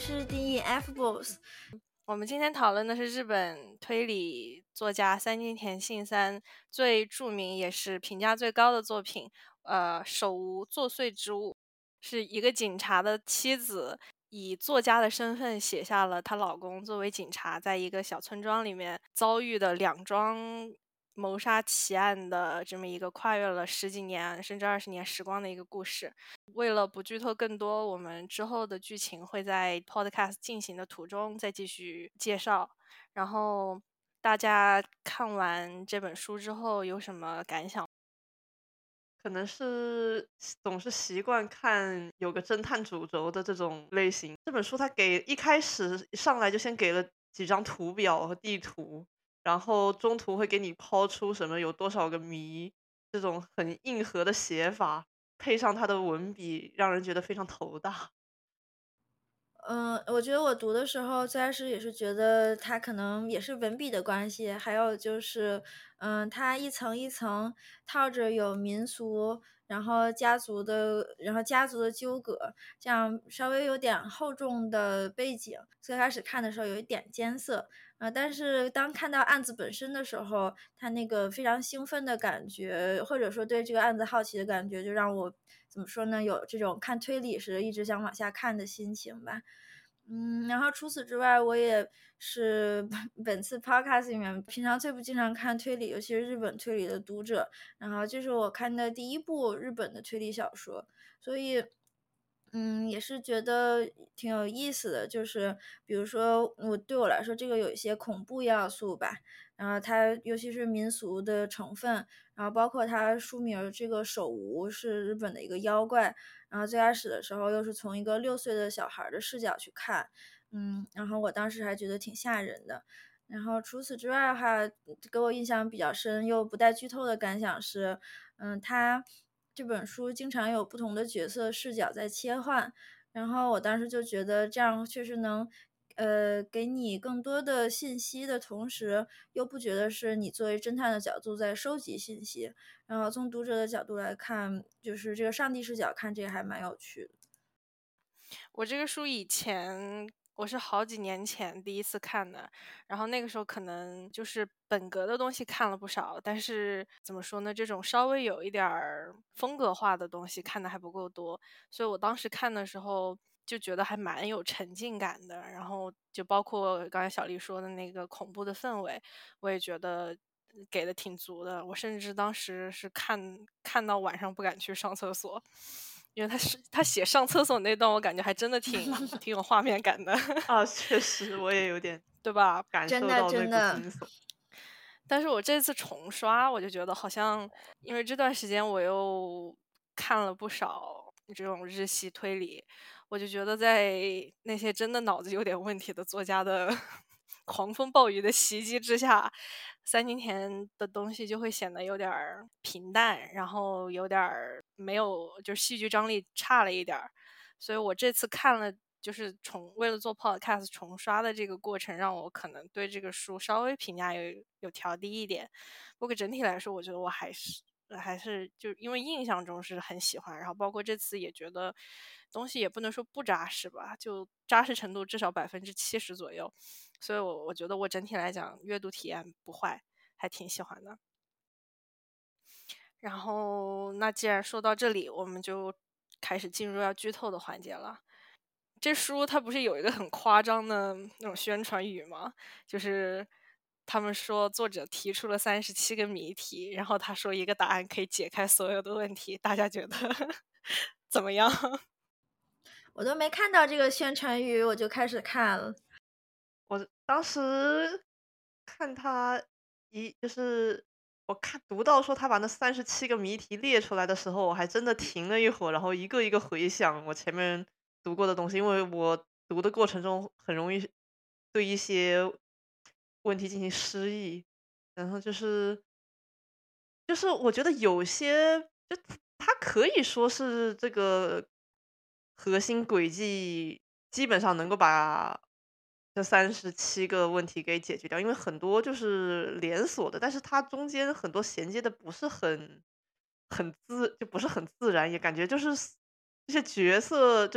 是 DEF-BOSS。 我们今天讨论的是日本推理作家三津田信三最著名也是评价最高的作品，手无作祟之物，是一个警察的妻子以作家的身份写下了她老公作为警察在一个小村庄里面遭遇的两桩谋杀奇案的这么一个跨越了10几年甚至20年时光的一个故事。为了不剧透更多，我们之后的剧情会在 podcast 进行的途中再继续介绍。然后大家看完这本书之后有什么感想？ 可能是总是习惯看有个侦探主轴的这种类型。这本书它一开始上来就先给了几张图表和地图，然后中途会给你抛出什么有多少个谜，这种很硬核的写法，配上他的文笔，让人觉得非常头大。 我觉得我读的时候，最开始也是觉得它可能也是文笔的关系，还有就是，它一层一层套着有民俗，然后家族的纠葛，这样稍微有点厚重的背景。最开始看的时候有一点艰涩，但是当看到案子本身的时候，它那个非常兴奋的感觉，或者说对这个案子好奇的感觉，就让我怎么说呢，有这种看推理时一直想往下看的心情吧。然后除此之外，我也是本次 podcast 里面平常最不经常看推理，尤其是日本推理的读者。然后这是我看的第一部日本的推理小说，所以也是觉得挺有意思的。就是比如说对我来说，这个有一些恐怖要素吧，然后它尤其是民俗的成分，然后包括它书名这个手无是日本的一个妖怪。然后最开始的时候又是从一个6岁的小孩的视角去看，然后我当时还觉得挺吓人的。然后除此之外的话，给我印象比较深又不带剧透的感想是，他这本书经常有不同的角色视角在切换，然后我当时就觉得这样确实能给你更多的信息的同时，又不觉得是你作为侦探的角度在收集信息。然后从读者的角度来看，就是这个上帝视角看这个还蛮有趣的。 我这个书以前我是好几年前第一次看的，然后那个时候可能就是本格的东西看了不少，但是怎么说呢，这种稍微有一点儿风格化的东西看的还不够多，所以我当时看的时候就觉得还蛮有沉浸感的，然后就包括刚才小丽说的那个恐怖的氛围，我也觉得给的挺足的。我甚至当时是看到晚上不敢去上厕所，因为他写上厕所那段，我感觉还真的挺有画面感的， 啊，确实我也有点对吧？ 感真的受到那真的。 股惊悚。 但是我这次重刷，我就觉得好像，因为这段时间我又看了不少这种日系推理，我就觉得在那些真的脑子有点问题的作家的狂风暴雨的袭击之下，三津田的东西就会显得有点儿平淡，然后有点儿没有，就戏剧张力差了一点儿。所以我这次看了，就是为了做 podcast 重刷的这个过程，让我可能对这个书稍微评价有调低一点。不过整体来说，我觉得我还是就是因为印象中是很喜欢，然后包括这次也觉得东西也不能说不扎实吧，就扎实程度至少70%左右，所以我觉得我整体来讲阅读体验不坏，还挺喜欢的。然后那既然说到这里，我们就开始进入要剧透的环节了。这书它不是有一个很夸张的那种宣传语吗？就是他们说作者提出了37个谜题，然后他说一个答案可以解开所有的问题，大家觉得怎么样？ 我都没看到这个宣传语，我就开始看了。 我当时看他就是我读到说他把那37个谜题列出来的时候，我还真的停了一会儿，然后一个一个回想我前面读过的东西，因为我读的过程中很容易对一些问题进行失忆，然后就是我觉得有些就它可以说是这个核心轨迹基本上能够把这37个问题给解决掉，因为很多就是连锁的，但是它中间很多衔接的不是很不是很自然，也感觉就是这些角色就是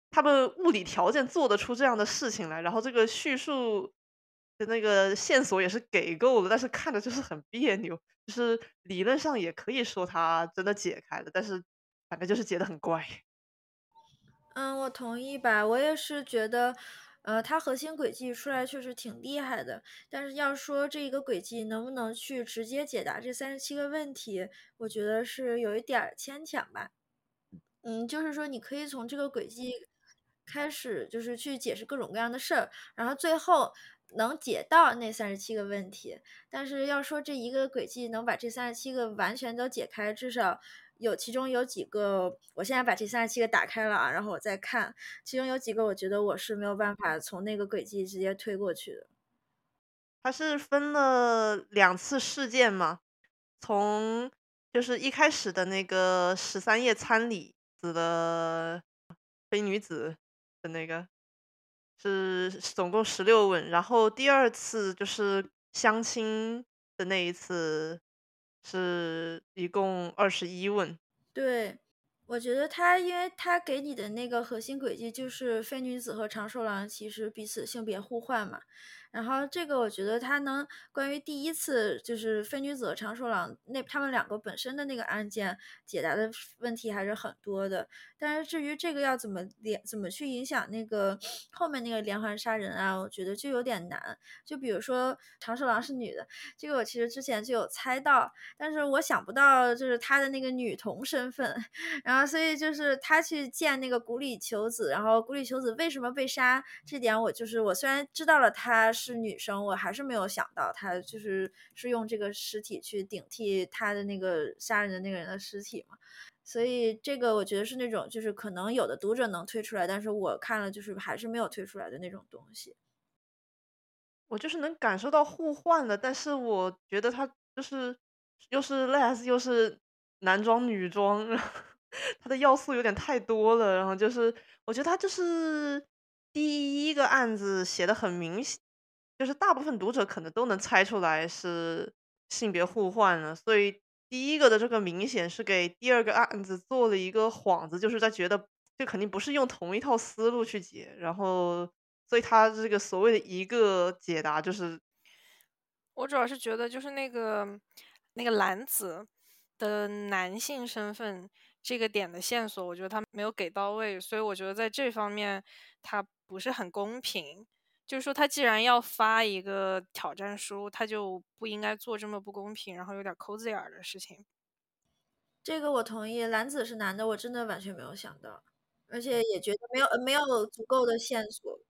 他们物理条件做得出这样的事情来，然后这个叙述的那个线索也是给够了，但是看着就是很别扭。就是理论上也可以说他真的解开了，但是反正就是解得很怪。 嗯，我同意吧。我也是觉得，它核心轨迹出来确实挺厉害的，但是要说这一个轨迹能不能去直接解答这37个问题，我觉得是有一点儿牵强吧。就是说你可以从这个轨迹开始，就是去解释各种各样的事儿，然后最后能解到那37个问题。但是要说这一个轨迹能把这37个完全都解开，至少其中有几个，我现在把这37个打开了啊，然后我再看，其中有几个我觉得我是没有办法从那个轨迹直接推过去的。 它是分了2次事件嘛，从就是一开始的那个13夜参礼子的非女子的那个，是总共16问，然后第二次就是相亲的那一次，是一共21问。 对，我觉得因为他给你的那个核心轨迹就是飞女子和长寿郎其实彼此性别互换嘛，然后这个我觉得他能关于第一次就是飞女子和长寿郎他们两个本身的那个案件解答的问题还是很多的，但是至于这个要怎么去影响那个后面那个连环杀人啊，我觉得就有点难。就比如说长寿郎是女的，这个我其实之前就有猜到，但是我想不到就是她的那个女童身份，然后所以就是她去见那个古里球子，然后古里球子为什么被杀，这点我虽然知道了她是女生，我还是没有想到她是用这个尸体去顶替她的那个杀人的那个人的尸体嘛。所以这个我觉得是那种就是可能有的读者能推出来，但是我看了就是还是没有推出来的那种东西。 我就是能感受到互换了，但是我觉得他就是又是 les 又是男装女装，然后他的要素有点太多了。然后就是我觉得他就是第一个案子写的很明显，就是大部分读者可能都能猜出来是性别互换了，所以第一个的这个明显是给第二个案子做了一个幌子，就是在觉得这肯定不是用同一套思路去解，然后所以他这个所谓的一个解答就是我主要是觉得就是那个蓝子的男性身份这个点的线索，我觉得他没有给到位，所以我觉得在这方面他不是很公平。就是说，他既然要发一个挑战书，他就不应该做这么不公平，然后有点抠字眼儿的事情。 这个我同意，蓝子是男的，我真的完全没有想到，而且也觉得没有足够的线索。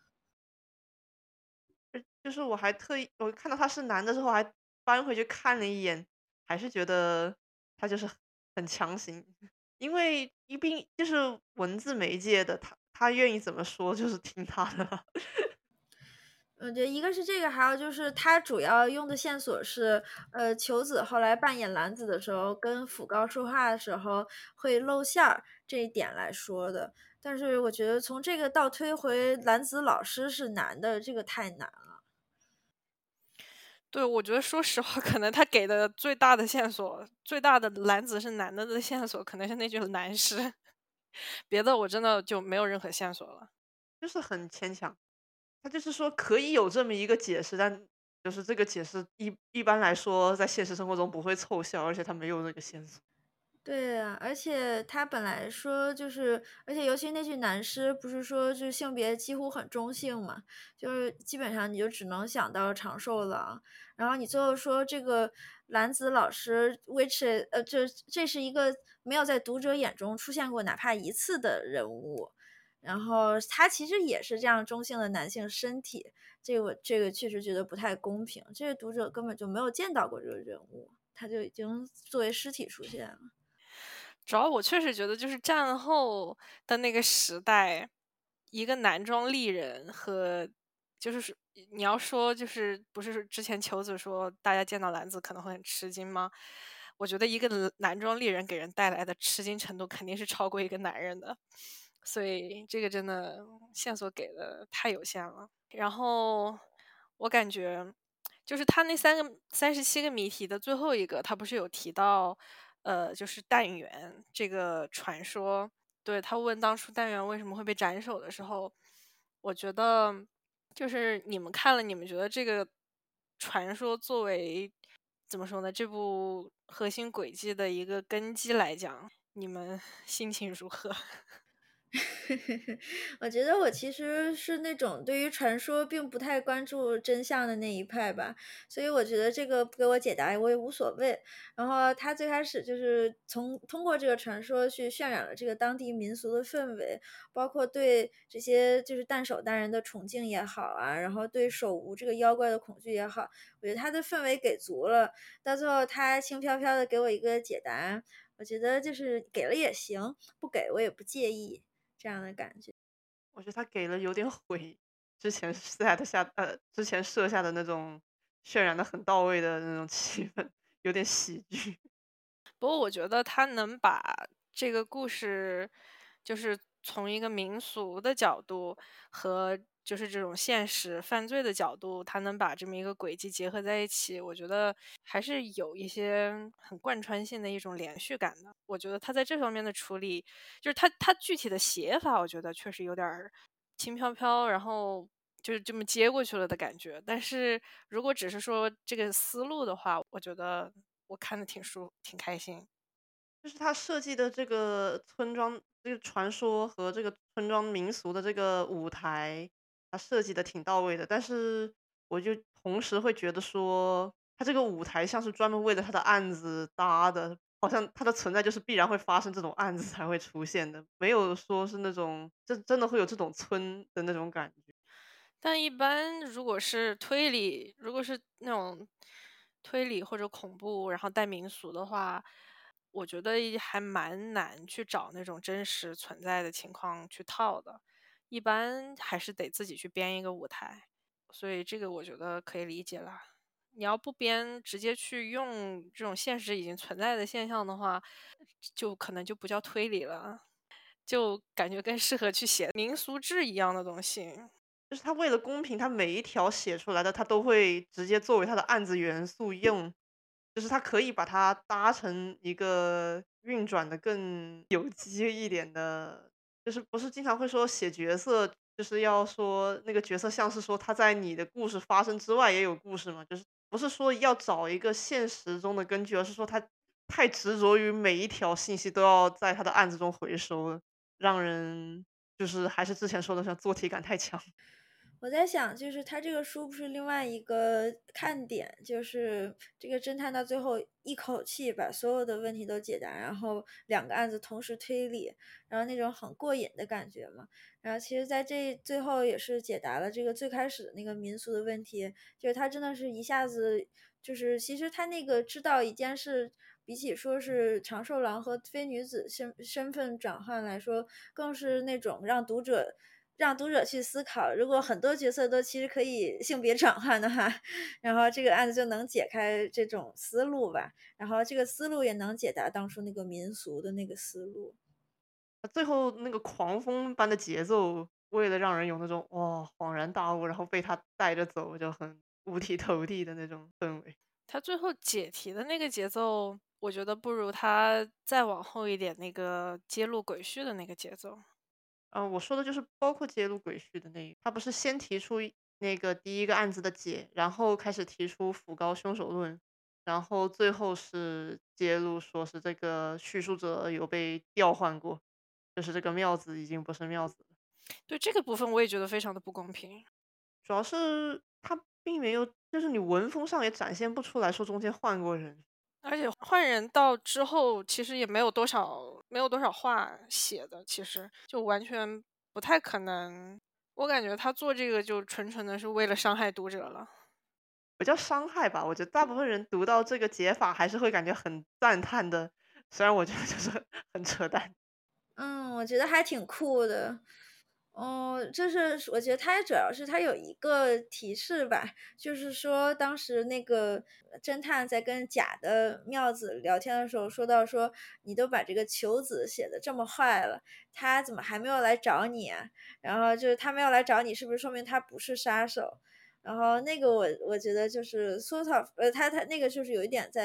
就是我还特意我看到他是男的之后还翻回去看了一眼，还是觉得他就是很强行，因为一并就是文字媒介的，他愿意怎么说就是听他的了。 我觉得一个是这个，还有就是他主要用的线索是，球子后来扮演蓝子的时候，跟辅高说话的时候会露馅儿这一点来说的。但是我觉得从这个倒推回蓝子老师是男的，这个太难了。 对，我觉得说实话，可能他给的最大的线索，最大的蓝子是男的线索，可能是那句男诗，别的我真的就没有任何线索了。 就是很牵强。他就是说可以有这么一个解释，但就是这个解释一般来说在现实生活中不会凑效，而且他没有那个线索。 对啊，而且他本来说就是，而且尤其那句男诗，不是说就是性别几乎很中性嘛，就是基本上你就只能想到长寿郎，然后你最后说这个兰子老师，which 这是一个没有在读者眼中出现过哪怕一次的人物，然后他其实也是这样中性的男性身体，这个确实觉得不太公平，这个读者根本就没有见到过这个人物，他就已经作为尸体出现了。 主要我确实觉得，就是战后的那个时代，一个男装丽人和就是你要说就是不是之前球子说大家见到蓝子可能会很吃惊吗？我觉得一个男装丽人给人带来的吃惊程度肯定是超过一个男人的，所以这个真的线索给的太有限了。然后我感觉就是他那37个谜题的最后一个，他不是有提到就是淡源这个传说， 对，他问当初单元为什么会被斩首的时候，我觉得就是你们看了，你们觉得这个传说作为怎么说呢？这部核心轨迹的一个根基来讲，你们心情如何？ 我觉得我其实是那种对于传说并不太关注真相的那一派吧，所以我觉得这个不给我解答我也无所谓。然后他最开始就是通过这个传说去渲染了这个当地民俗的氛围，包括对这些就是淡手淡人的崇敬也好啊，然后对手无这个妖怪的恐惧也好，我觉得他的氛围给足了。到最后他轻飘飘的给我一个解答，我觉得就是给了也行，不给我也不介意。这样的感觉。 我觉得他给了有点毁之前设下的那种渲染的很到位的那种气氛，有点喜剧。 不过我觉得他能把这个故事，就是从一个民俗的角度和就是这种现实犯罪的角度，他能把这么一个轨迹结合在一起，我觉得还是有一些很贯穿性的一种连续感的。我觉得他在这方面的处理，就是他具体的写法，我觉得确实有点儿轻飘飘，然后就是这么接过去了的感觉。但是如果只是说这个思路的话，我觉得我看的挺开心。 就是他设计的这个村庄，这个传说和这个村庄民俗的这个舞台，他设计的挺到位的。但是我就同时会觉得说，他这个舞台像是专门为了他的案子搭的，好像它的存在就是必然会发生这种案子才会出现的，没有说是那种真的会有这种村的那种感觉。 但一般如果是推理，如果是那种推理或者恐怖，然后带民俗的话，我觉得也还蛮难去找那种真实存在的情况去套的，一般还是得自己去编一个舞台，所以这个我觉得可以理解啦。你要不编，直接去用这种现实已经存在的现象的话，就可能就不叫推理了，就感觉更适合去写民俗志一样的东西。 就是他为了公平，他每一条写出来的，他都会直接作为他的案子元素用，就是他可以把它搭成一个运转的更有机一点的，就是不是经常会说写角色，就是要说那个角色像是说他在你的故事发生之外也有故事嘛，就是不是说要找一个现实中的根据，而是说他太执着于每一条信息都要在他的案子中回收了，让人就是还是之前说的像做题感太强。 我在想，就是他这个书不是另外一个看点，就是这个侦探到最后一口气把所有的问题都解答，然后两个案子同时推理，然后那种很过瘾的感觉嘛。然后其实在这最后也是解答了这个最开始的那个民俗的问题，就是他真的是一下子就是其实他那个知道一件事。比起说是长寿郎和飞女子身份转换来说，更是那种让读者去思考，如果很多角色都其实可以性别转换的话，然后这个案子就能解开这种思路吧，然后这个思路也能解答当初那个民俗的那个思路。 最后那个狂风般的节奏，为了让人有那种哇恍然大悟，然后被他带着走，就很五体投地的那种氛围。 他最后解题的那个节奏，我觉得不如他再往后一点那个揭露诡序的那个节奏。 我说的就是包括揭露鬼序的那一他不是先提出那个第一个案子的解，然后开始提出辅高凶手论，然后最后是揭露说是这个叙述者有被调换过，就是这个妙子已经不是妙子了。 对这个部分，我也觉得非常的不公平。 主要是他并没有，就是你文风上也展现不出来说中间换过人。 而且换人到之后，其实也没有多少话写的，其实就完全不太可能。我感觉他做这个就纯纯的是为了伤害读者了。 不叫伤害吧，我觉得大部分人读到这个解法还是会感觉很赞叹的，虽然我觉得就是很扯淡。 我觉得还挺酷的。就是我觉得它主要是它有一个提示吧，就是说当时那个侦探在跟假的妙子聊天的时候说到说，你都把这个求子写的这么坏了，他怎么还没有来找你啊？然后就是他没有来找你，是不是说明他不是杀手？然后那个我觉得就是他那个就是有一点在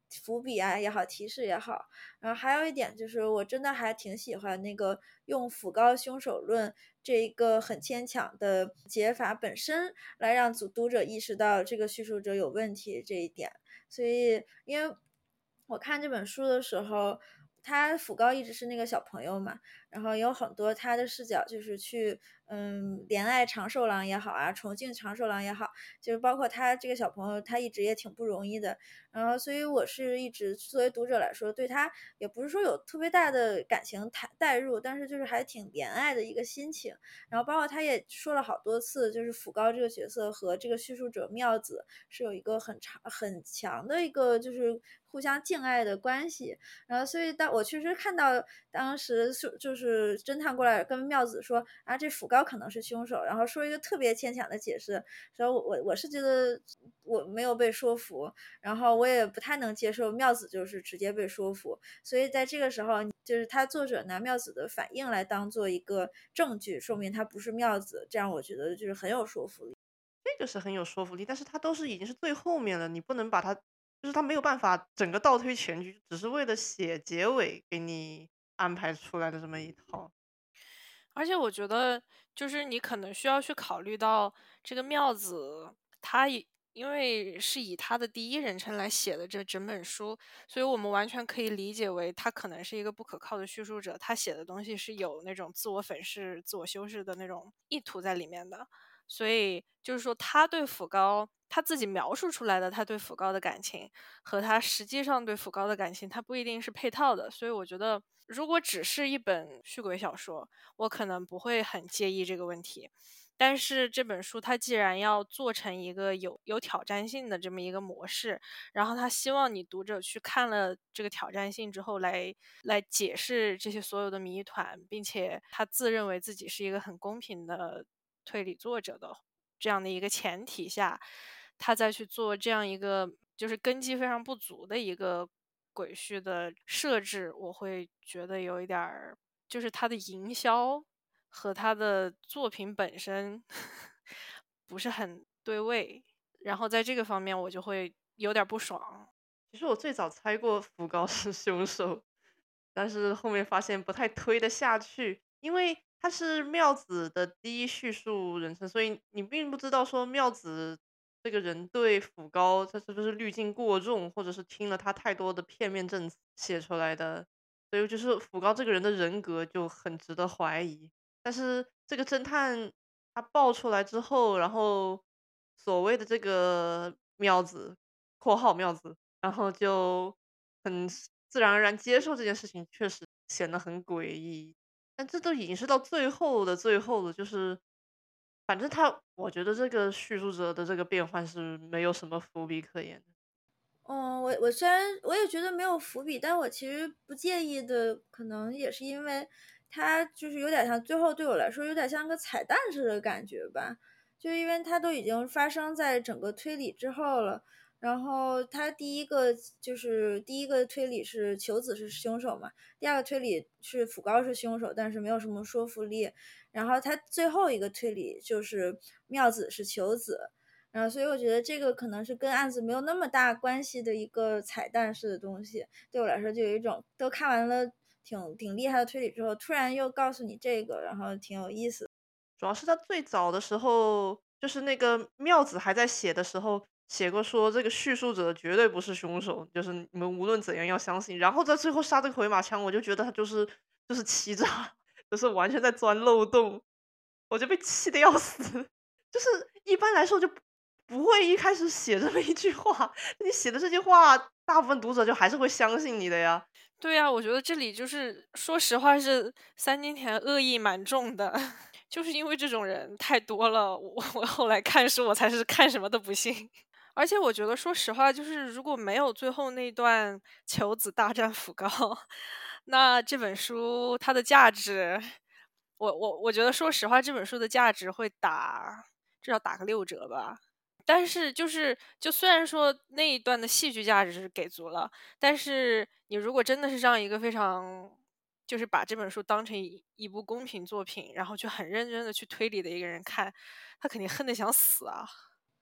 伏笔啊也好，提示也好。然后还有一点就是我真的还挺喜欢那个用斧高凶手论这一个很牵强的解法本身来让读者意识到这个叙述者有问题这一点。所以因为我看这本书的时候，他辅高一直是那个小朋友嘛，然后有很多他的视角就是去怜爱长寿郎也好啊，崇敬长寿郎也好，就是包括他这个小朋友他一直也挺不容易的。然后所以我是一直作为读者来说，对他也不是说有特别大的感情带入，但是就是还挺怜爱的一个心情。然后包括他也说了好多次，就是辅高这个角色和这个叙述者妙子是有一个很强的一个就是互相敬爱的关系。然后所以我确实看到当时就是侦探过来跟妙子说啊，这辅高可能是凶手，然后说一个特别牵强的解释，所以我是觉得我没有被说服，然后我也不太能接受妙子就是直接被说服，所以在这个时候，就是他作者拿妙子的反应来当做一个证据，说明他不是妙子，这样我觉得就是很有说服力。 这个是很有说服力，但是它都是已经是最后面了，你不能把它就是它没有办法整个倒推全局，只是为了写结尾给你安排出来的这么一套。 而且我觉得，就是你可能需要去考虑到这个妙子，他因为是以他的第一人称来写的这整本书，所以我们完全可以理解为他可能是一个不可靠的叙述者，他写的东西是有那种自我粉饰、自我修饰的那种意图在里面的。所以就是说，他对辅高他自己描述出来的他对辅高的感情，和他实际上对辅高的感情，他不一定是配套的。所以我觉得，如果只是一本续鬼小说，我可能不会很介意这个问题。但是这本书它既然要做成一个有挑战性的这么一个模式，然后他希望你读者去看了这个挑战性之后来解释这些所有的谜团，并且他自认为自己是一个很公平的推理作者的这样的一个前提下，他再去做这样一个就是根基非常不足的一个轨序的设置，我会觉得有一点儿，就是他的营销和他的作品本身不是很对位，然后在这个方面我就会有点不爽。 其实我最早猜过福高是凶手，但是后面发现不太推得下去，因为他是妙子的第一叙述人称，所以你并不知道说妙子这个人对福高他是不是滤镜过重，或者是听了他太多的片面证词写出来的，所以就是福高这个人的人格就很值得怀疑。但是这个侦探他爆出来之后，然后所谓的这个妙子（括号妙子），然后就很自然而然接受这件事情，确实显得很诡异。但这都已经是到最后的最后了，就是反正我觉得这个叙述者的这个变换是没有什么伏笔可言的。 我虽然我也觉得没有伏笔，但我其实不介意的，可能也是因为它就是有点像最后对我来说有点像个彩蛋似的感觉吧，就因为它都已经发生在整个推理之后了。然后它第一个推理是求子是凶手嘛，第二个推理是辅高是凶手，但是没有什么说服力。然后它最后一个推理就是妙子是求子，然后所以我觉得这个可能是跟案子没有那么大关系的一个彩蛋式的东西，对我来说就有一种都看完了挺厉害的推理之后，突然又告诉你这个，然后挺有意思的。 主要是他最早的时候，就是那个妙子还在写的时候，写过说这个叙述者绝对不是凶手，就是你们无论怎样要相信。然后在最后杀这个回马枪，我就觉得他就是欺诈，就是完全在钻漏洞，我就被气得要死。就是一般来说就不会一开始写这么一句话，你写的这句话，大部分读者就还是会相信你的呀。 对呀，我觉得这里就是说实话是三金田恶意蛮重的，就是因为这种人太多了，我后来看书我才是看什么都不信。而且我觉得说实话，就是如果没有最后那段求子大战辅高，那这本书它的价值，我觉得说实话，这本书的价值会至少打个6折吧。但是就虽然说那一段的戏剧价值是给足了，但是你如果真的是让一个非常就是把这本书当成一部公平作品，然后去很认真的去推理的一个人看，他肯定恨得想死啊。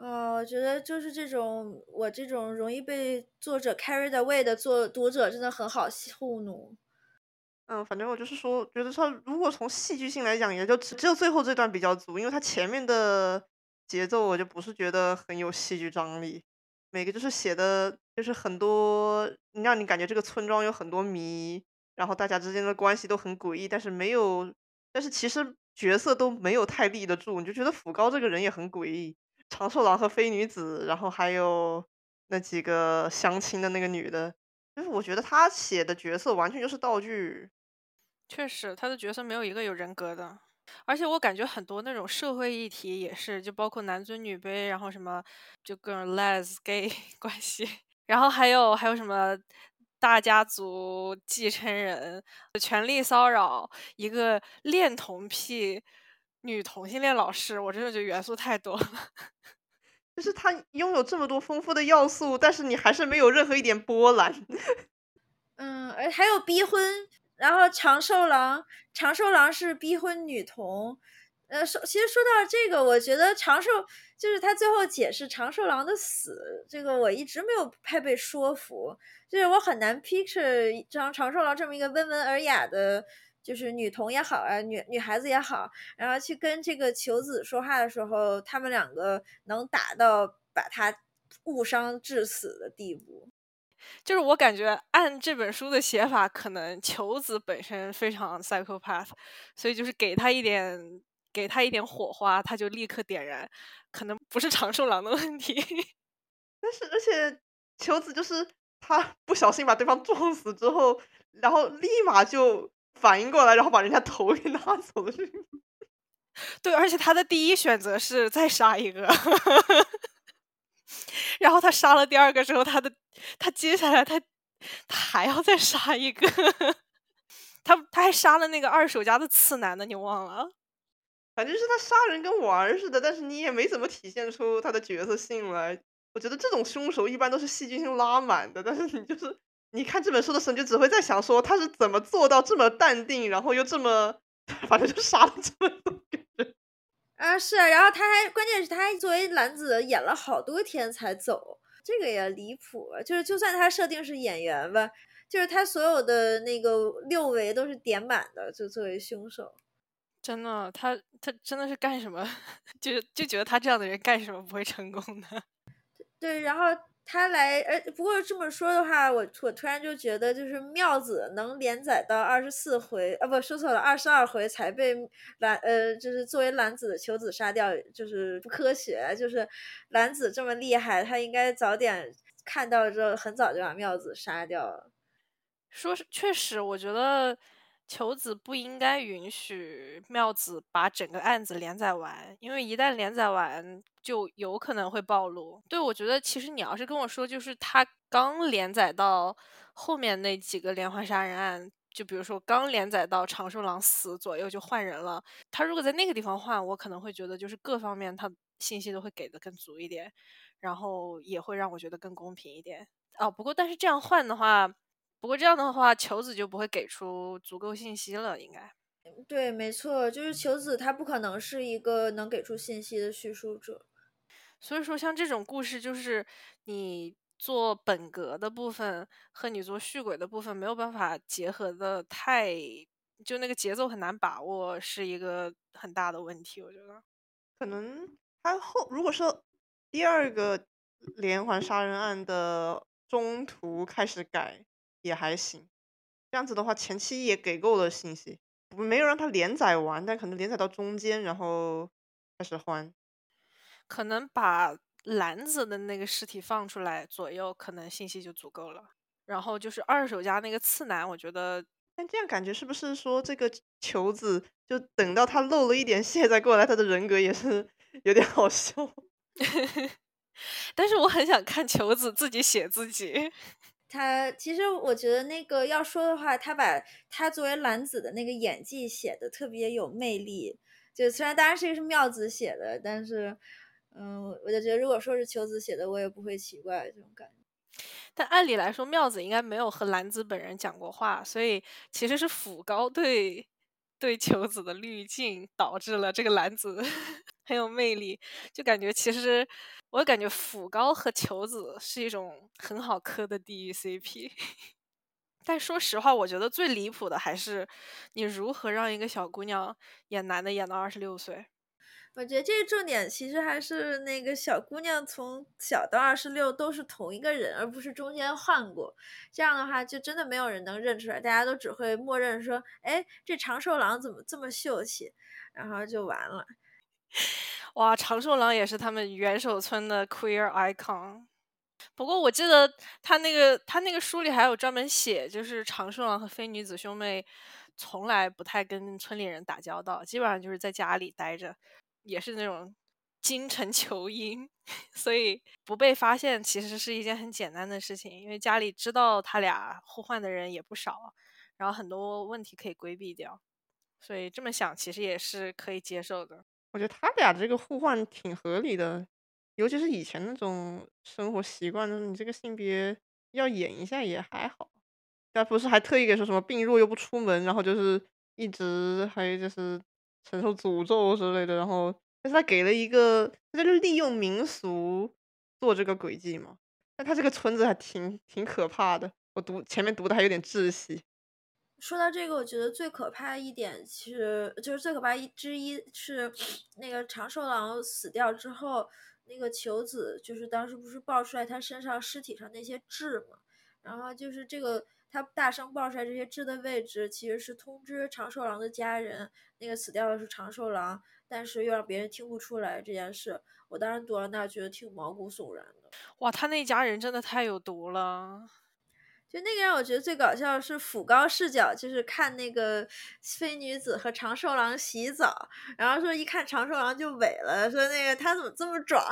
我觉得就是我这种容易被作者 carried away 的读者真的很好糊弄。 反正我就是说，觉得他如果从戏剧性来讲，也就只有最后这段比较足，因为他前面的节奏我就不是觉得很有戏剧张力，每个就是写的就是很多让你感觉这个村庄有很多谜，然后大家之间的关系都很诡异，但是其实角色都没有太立得住，你就觉得福高这个人也很诡异，长寿郎和飞女子，然后还有那几个相亲的那个女的，就是我觉得他写的角色完全就是道具。 确实，他的角色没有一个有人格的，而且我感觉很多那种社会议题也是，就包括男尊女卑，然后什么就各种 les gay 关系，然后还有什么大家族继承人、权力骚扰，一个恋童癖女同性恋老师，我真的觉得元素太多了。 就是它拥有这么多丰富的要素，但是你还是没有任何一点波澜。 还有逼婚，然后长寿郎是逼婚女童。其实说到这个，我觉得就是他最后解释长寿郎的死，这个我一直没有太被说服，就是我很难 picture 长寿郎这么一个温文尔雅的，就是女童也好啊，女孩子也好，然后去跟这个求子说话的时候，他们两个能打到把他误伤致死的地步。 就是我感觉按这本书的写法，可能求子本身非常 psychopath，所以就是给他一点火花，他就立刻点燃，可能不是长寿郎的问题。 而且球子就是他不小心把对方撞死之后，然后立马就反应过来，然后把人家头给拿走了。 对，而且他的第一选择是再杀一个，然后他杀了第二个之后，他接下来他还要再杀一个，他还杀了那个二手家的次男的，你忘了？ 反正就是他杀人跟玩儿似的，但是你也没怎么体现出他的角色性来。我觉得这种凶手一般都是戏剧性拉满的，但是你看这本书的时候，你就只会在想说他是怎么做到这么淡定，然后又这么反正就杀了这么多个人。 是啊，然后关键是他还作为蓝子演了好多天才走，这个也离谱。就是就算他设定是演员吧，就是他所有的那个六维都是点满的，就作为凶手。 真的，他真的是干什么，就觉得他这样的人干什么不会成功的。 对，然后他不过这么说的话，我突然就觉得，就是妙子能连载到24回，不，说错了，22回才被就是作为蓝子的求子杀掉，就是不科学。就是蓝子这么厉害，他应该早点看到之后，很早就把妙子杀掉了。 说是确实，我觉得求子不应该允许妙子把整个案子连载完，因为一旦连载完，就有可能会暴露。对，我觉得其实你要是跟我说，就是他刚连载到后面那几个连环杀人案，就比如说刚连载到长寿郎死左右就换人了，他如果在那个地方换，我可能会觉得就是各方面他信息都会给的更足一点，然后也会让我觉得更公平一点。不过但是这样换的话。不过这样的话，求子就不会给出足够信息了，应该。 对，没错，就是求子他不可能是一个能给出信息的叙述者。 所以说，像这种故事，就是你做本格的部分和你做续轨的部分没有办法结合的就那个节奏很难把握，是一个很大的问题，我觉得。 可能他如果说第二个连环杀人案的中途开始改也还行，这样子的话前期也给够了信息，没有让他连载完，但可能连载到中间，然后开始换。 可能把篮子的那个尸体放出来左右，可能信息就足够了。然后就是二手家那个次男，我觉得但这样感觉是不是说这个球子就等到他露了一点馅再过来，他的人格也是有点好笑。 但是我很想看球子自己写自己。 其实我觉得那个要说的话，他把他作为蓝子的那个演技写的特别有魅力。就虽然当然这个是妙子写的，但是，我就觉得如果说是秋子写的，我也不会奇怪这种感觉。 但按理来说，妙子应该没有和兰子本人讲过话，所以其实是辅高对球子的滤镜导致了这个兰子很有魅力，就感觉其实我感觉辅高和球子是一种很好磕的地狱 CP。但说实话，我觉得最离谱的还是你如何让一个小姑娘演男的演到26岁。 我觉得这个重点其实还是那个小姑娘从小到26都是同一个人，而不是中间换过。这样的话，就真的没有人能认出来，大家都只会默认说：“哎，这长寿郎怎么这么秀气？”然后就完了。 哇，长寿郎也是他们元首村的 queer icon。不过我记得他那个书里还有专门写，就是长寿郎和非女子兄妹从来不太跟村里人打交道，基本上就是在家里待着，也是那种京城囚鹰，所以不被发现其实是一件很简单的事情，因为家里知道他俩互换的人也不少，然后很多问题可以规避掉，所以这么想其实也是可以接受的。 我觉得他俩的这个互换挺合理的，尤其是以前那种生活习惯，就是你这个性别要演一下也还好。他不是还特意给说什么病弱又不出门，然后就是一直还就是承受诅咒之类的，然后但是他给了一个，他就是利用民俗做这个轨迹嘛。但他这个村子还挺可怕的，我前面读的还有点窒息。 说到这个，我觉得最可怕的一点，其实就是最可怕之一是那个长寿郎死掉之后，那个球子就是当时不是爆出来他身上尸体上那些痣嘛，然后就是这个他大声爆出来这些痣的位置，其实是通知长寿郎的家人，那个死掉的是长寿郎，但是又让别人听不出来这件事。我当时读到那觉得挺毛骨悚然的。 哇，他那家人真的太有毒了。 就那个让我觉得最搞笑的是辅高视角，就是看那个飞女子和长寿郎洗澡，然后说一看长寿郎就萎了，说那个他怎么这么壮？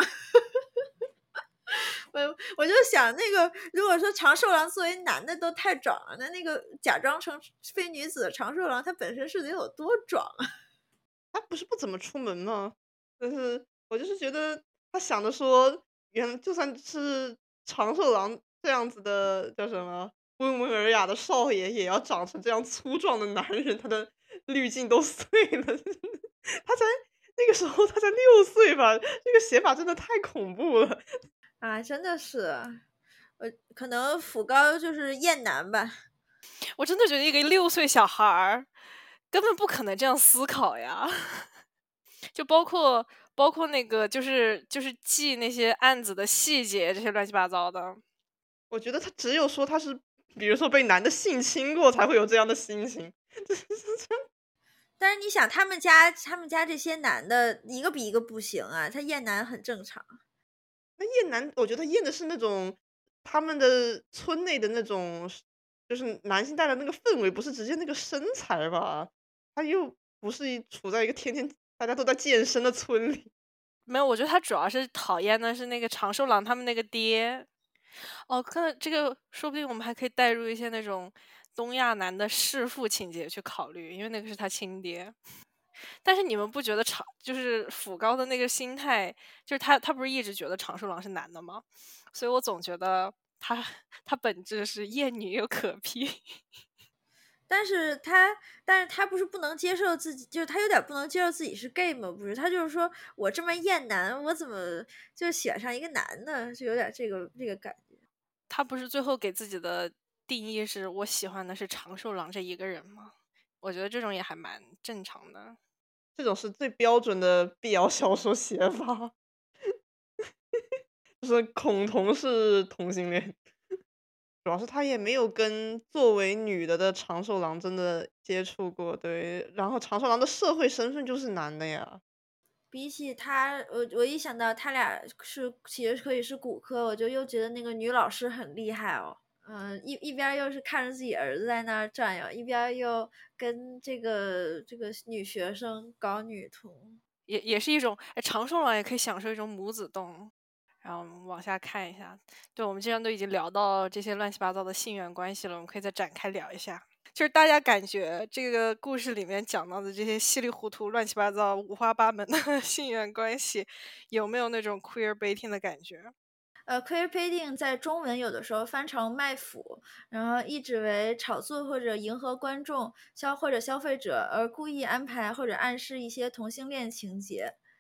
我就想，那个如果说长寿郎作为男的都太壮了，那个假装成飞女子的长寿郎，他本身是得有多壮啊？ 他不是不怎么出门吗？但是我就是觉得他想着说，就算是长寿郎这样子的叫什么温文尔雅的少爷，也要长成这样粗壮的男人，他的滤镜都碎了。他才那个时候他才6岁吧，这个写法真的太恐怖了。 啊，真的是，可能辅高就是厌男吧。 我真的觉得一个6岁小孩儿根本不可能这样思考呀，就包括那个就是记那些案子的细节，这些乱七八糟的。 我觉得他只有说他是，比如说被男的性侵过，才会有这样的心情。 但是你想，他们家这些男的，一个比一个不行啊，他厌男很正常。 那厌男，我觉得厌的是那种他们的村内的那种，就是男性带来的那个氛围，不是直接那个身材吧？他又不是处在一个天天大家都在健身的村里。 没有，我觉得他主要是讨厌的是那个长寿郎他们那个爹。哦，看到这个，说不定我们还可以带入一些那种东亚男的弑父情节去考虑，因为那个是他亲爹。但是你们不觉得就是辅高的那个心态，就是他不是一直觉得长寿郎是男的吗？所以我总觉得他本质是厌女又可劈。 但是他不是不能接受自己，就是他有点不能接受自己是 gay 吗？不是，他就是说我这么厌男，我怎么就喜欢上一个男的，就有点这个感觉。 他不是最后给自己的定义是我喜欢的是长寿郎这一个人吗？我觉得这种也还蛮正常的。 这种是最标准的 BL 小说写法，就是恐同是同性恋。主要是他也没有跟作为女的长寿郎真的接触过，对，然后长寿郎的社会身份就是男的呀。 比起他，我一想到他俩其实可以是骨科，我就又觉得那个女老师很厉害哦。一边又是看着自己儿子在那儿转悠，一边又跟这个女学生搞女同。 也是一种，哎，长寿郎也可以享受一种母子动。然后我们往下看一下，对，我们既然都已经聊到这些乱七八糟的性缘关系了，我们可以再展开聊一下。就是大家感觉这个故事里面讲到的这些稀里糊涂、乱七八糟、五花八门的性缘关系，有没有那种 queer baiting 的感觉 queer baiting 在中文有的时候翻成卖腐，然后意指为炒作或者迎合观众或者消费者而故意安排或者暗示一些同性恋情节。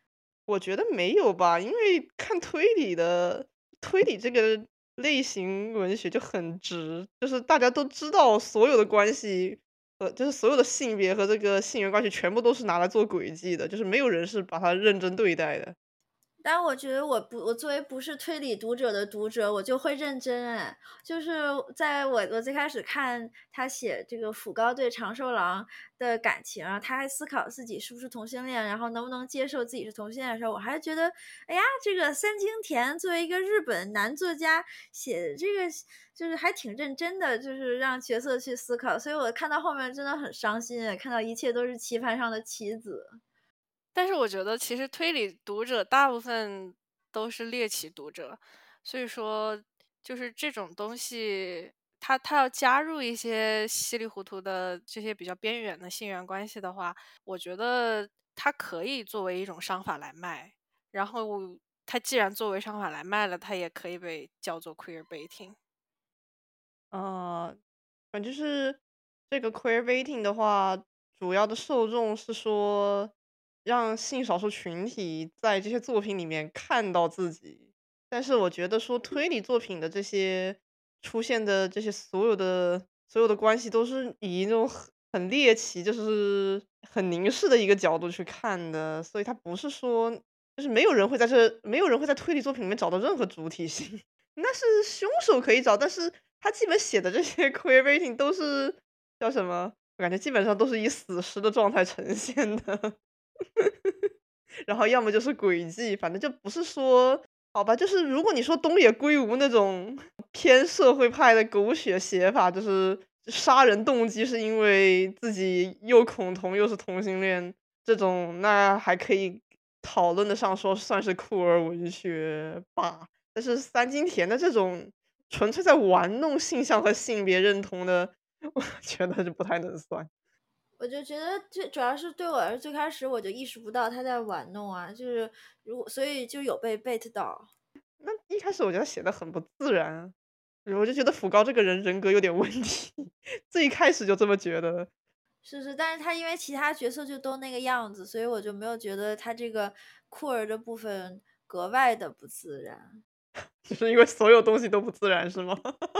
我觉得没有吧，因为看推理这个类型文学就很直，就是大家都知道所有的关系就是所有的性别和这个性缘关系全部都是拿来做轨迹的，就是没有人是把它认真对待的。 但我觉得我作为不是推理读者的读者，我就会认真哎，就是在我最开始看他写这个福高对长寿郎的感情，然后他还思考自己是不是同性恋，然后能不能接受自己是同性恋的时候，我还觉得，哎呀，这个三津田作为一个日本男作家写的这个就是还挺认真的，就是让角色去思考，所以我看到后面真的很伤心，看到一切都是棋盘上的棋子。 但是我觉得其实推理读者大部分都是猎奇读者，所以说就是这种东西，它要加入一些稀里糊涂的这些比较边缘的性缘关系的话，我觉得它可以作为一种商法来卖。然后它既然作为商法来卖了，它也可以被叫做 queer baiting。 啊，反正就是这个 queerbaiting 的话，主要的受众是说让性少数群体在这些作品里面看到自己。但是我觉得说推理作品的这些出现的这些所有的关系都是以那种很猎奇，就是很凝视的一个角度去看的，所以它不是说就是没有人会在推理作品里面找到任何主体性。那是凶手可以找，但是他基本写的这些 queerbaiting 都是叫什么？我感觉基本上都是以死尸的状态呈现的，然后要么就是诡计，反正就不是说好吧，就是如果你说东野圭吾那种偏社会派的狗血写法，就是杀人动机是因为自己又恐同又是同性恋这种，那还可以讨论得上说算是酷儿文学吧。但是三津田的这种纯粹在玩弄性向和性别认同的，我觉得是不太能算。 我就觉得最主要是对我来说，最开始我就意识不到他在玩弄啊，就是所以就有被 bait 到。 那一开始我觉得写的很不自然啊，我就觉得福高这个人人格有点问题，最一开始就这么觉得。 是是，但是他因为其他角色就都那个样子，所以我就没有觉得他这个酷儿的部分格外的不自然。 就是因为所有东西都不自然是吗？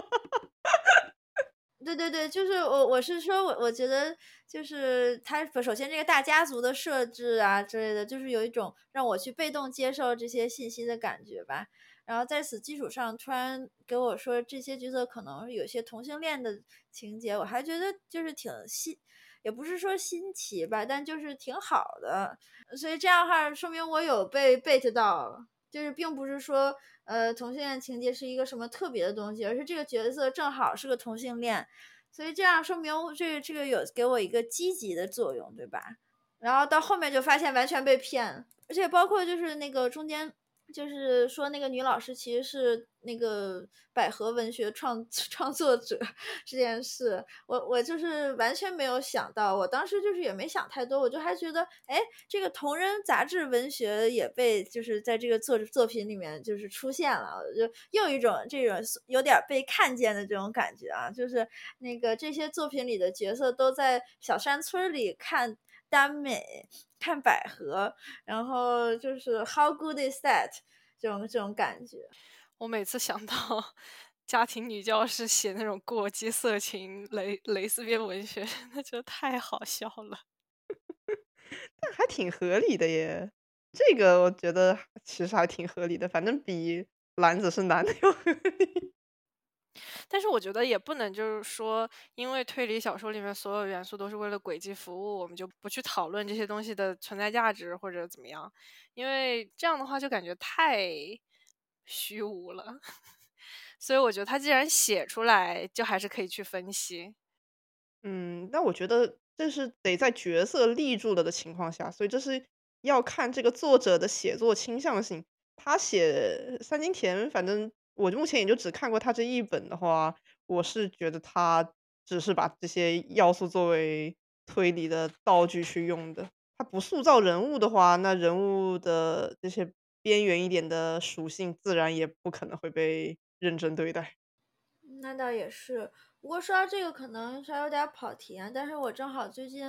对对对，就是我是说我觉得就是他首先这个大家族的设置啊之类的，就是有一种让我去被动接受这些信息的感觉吧。然后在此基础上，突然给我说这些角色可能有些同性恋的情节，我还觉得就是挺也不是说新奇吧，但就是挺好的。所以这样的话，说明我有被 bait 到，就是并不是说同性恋情节是一个什么特别的东西，而是这个角色正好是个同性恋，所以这样说明这个有给我一个积极的作用，对吧？然后到后面就发现完全被骗，而且包括就是那个中间。就是说，那个女老师其实是那个百合文学创作者这件事，我就是完全没有想到，我当时就是也没想太多，我就还觉得，哎，这个同人杂志文学也被就是在这个作品里面就是出现了，就又一种这种有点被看见的这种感觉啊，就是那个这些作品里的角色都在小山村里看耽美。看百合，然后就是 How good is that 这种感觉。 我每次想到家庭女教师写那种过激色情蕾丝边文学，真的觉得太好笑了。 但还挺合理的耶，这个我觉得其实还挺合理的，反正比男子是男的要合理。 但是我觉得也不能就是说，因为推理小说里面所有元素都是为了轨迹服务，我们就不去讨论这些东西的存在价值或者怎么样，因为这样的话就感觉太虚无了。所以我觉得他既然写出来，就还是可以去分析。 那我觉得这是得在角色立住了的情况下，所以这是要看这个作者的写作倾向性。他写三津田，反正我目前也就只看过他这一本的话，我是觉得他只是把这些要素作为推理的道具去用的。他不塑造人物的话，那人物的这些边缘一点的属性，自然也不可能会被认真对待。 那倒也是，不过说到这个，可能稍微有点跑题啊。但是我正好最近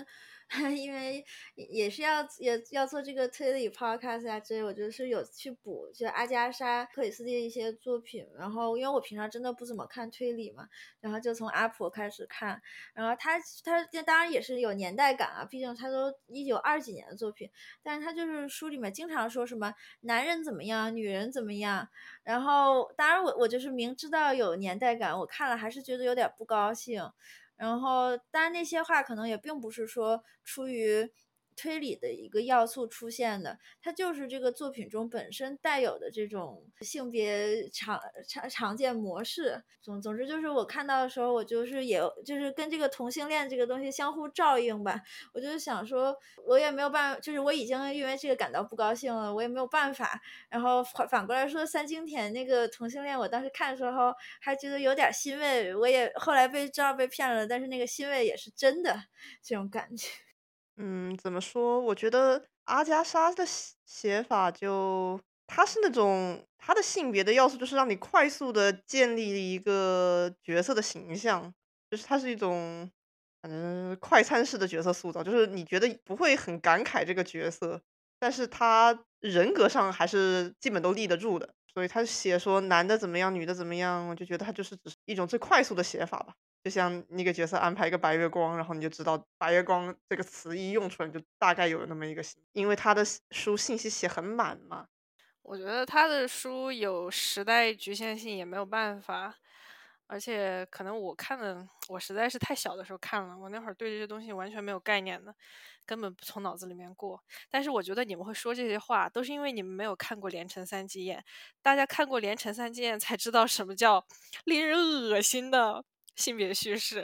因为也是要做这个推理 podcast 啊之类，我就是有去补就阿加莎克里斯蒂的一些作品，然后因为我平常真的不怎么看推理嘛，然后就从阿普开始看，然后他当然也是有年代感啊，毕竟他都1920几年的作品，但是他就是书里面经常说什么男人怎么样，女人怎么样，然后当然我就是明知道有年代感，我看了还是觉得有点不高兴。然后当然那些话可能也并不是说出于推理的一个要素出现的，它就是这个作品中本身带有的这种性别常见模式。总之就是我看到的时候，我就是也就是跟这个同性恋这个东西相互照应吧。我就是想说，我也没有办法，就是我已经因为这个感到不高兴了，我也没有办法。然后反过来说，三津田那个同性恋，我当时看的时候还觉得有点欣慰，我也后来知道被骗了，但是那个欣慰也是真的这种感觉。 怎么说？我觉得阿加莎的写法她是那种她的性别的要素，就是让你快速的建立一个角色的形象，就是它是一种反正快餐式的角色塑造，就是你觉得不会很感慨这个角色，但是他人格上还是基本都立得住的。所以他写说男的怎么样，女的怎么样，我就觉得他就是只是一种最快速的写法吧。就像你给角色安排一个白月光，然后你就知道白月光这个词一用出来，你就大概有那么一个信，因为他的书信息写很满嘛。 我觉得他的书有时代局限性，也没有办法。而且可能我看的，我实在是太小的时候看了，我那会儿对这些东西完全没有概念的，根本不从脑子里面过。但是我觉得你们会说这些话，都是因为你们没有看过《连城三季燕》。大家看过《连城三季燕》，才知道什么叫令人恶心的性别叙事。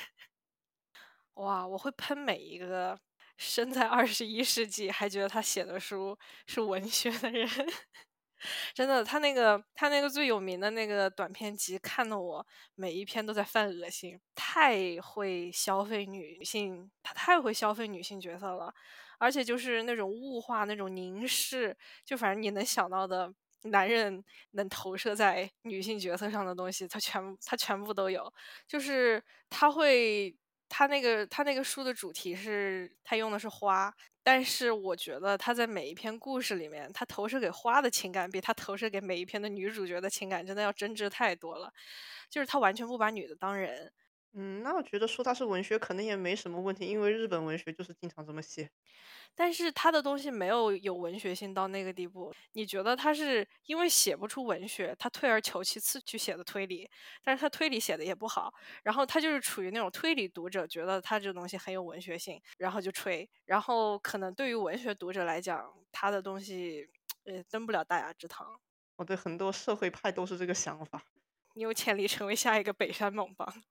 哇，我会喷每一个生在21世纪还觉得他写的书是文学的人。真的，他那个最有名的那个短篇集，看得我每一篇都在犯恶心，太会消费女性，他太会消费女性角色了，而且就是那种物化、那种凝视，就反正你能想到的男人能投射在女性角色上的东西，他全部都有。就是他那个书的主题是他用的是花，但是我觉得他在每一篇故事里面，他投射给花的情感，比他投射给每一篇的女主角的情感真的要真挚太多了。就是他完全不把女的当人。 那我觉得说它是文学可能也没什么问题，因为日本文学就是经常这么写。 但是他的东西没有文学性到那个地步。你觉得他是因为写不出文学，他退而求其次去写的推理，但是他推理写的也不好，然后他就是处于那种推理读者觉得他这东西很有文学性，然后就吹，然后可能对于文学读者来讲，他的东西登不了大雅之堂。 我对很多社会派都是这个想法。 你有潜力成为下一个北山猛邦。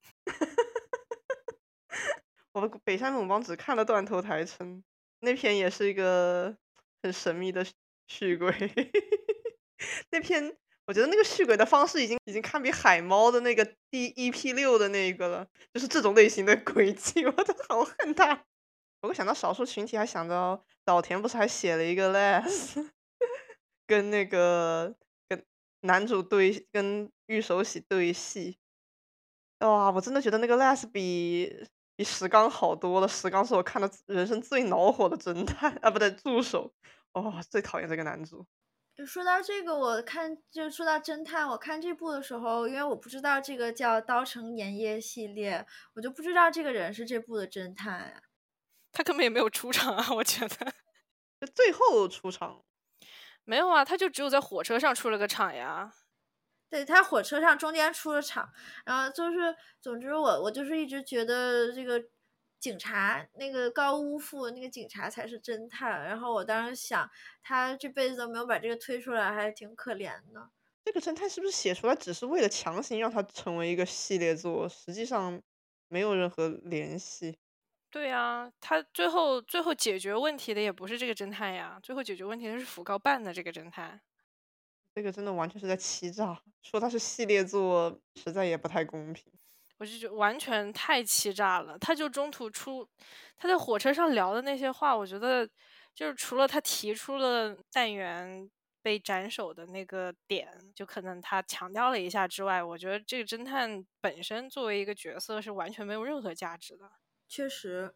我北山猛邦只看了断头台称，那篇也是一个很神秘的续轨。那篇我觉得那个续轨的方式已经堪比海猫的那个第 EP6的那个了，就是这种类型的轨迹，我都好恨他。我想到少数群体，还想到岛田不是还写了一个 Les，跟那个跟男主跟玉手洗对戏。哇，我真的觉得那个 Les 比石刚好多了。石刚是我看的人生最恼火的侦探啊，不对，助手。最讨厌这个男主。 就说到这个，就说到侦探，我看这部的时候，因为我不知道这个叫《刀城盐业》系列，我就不知道这个人是这部的侦探呀。 他根本也没有出场啊，我觉得。 就最后出场。 没有啊，他就只有在火车上出了个场呀。 对，他火车上中间出了场，然后就是总之我就是一直觉得这个警察那个高屋富那个警察才是侦探，然后我当时想他这辈子都没有把这个推出来，还挺可怜的。 这个侦探是不是写出来只是为了强行让他成为一个系列作，实际上没有任何联系？ 对呀，他最后解决问题的也不是这个侦探呀，最后解决问题的是福高办的这个侦探。 这个真的完全是在欺诈，说他是系列作实在也不太公平。 我就觉得完全太欺诈了。他就中途他在火车上聊的那些话，我觉得就是除了他提出了弹源被斩首的那个点，就可能他强调了一下之外，我觉得这个侦探本身作为一个角色是完全没有任何价值的。 确实，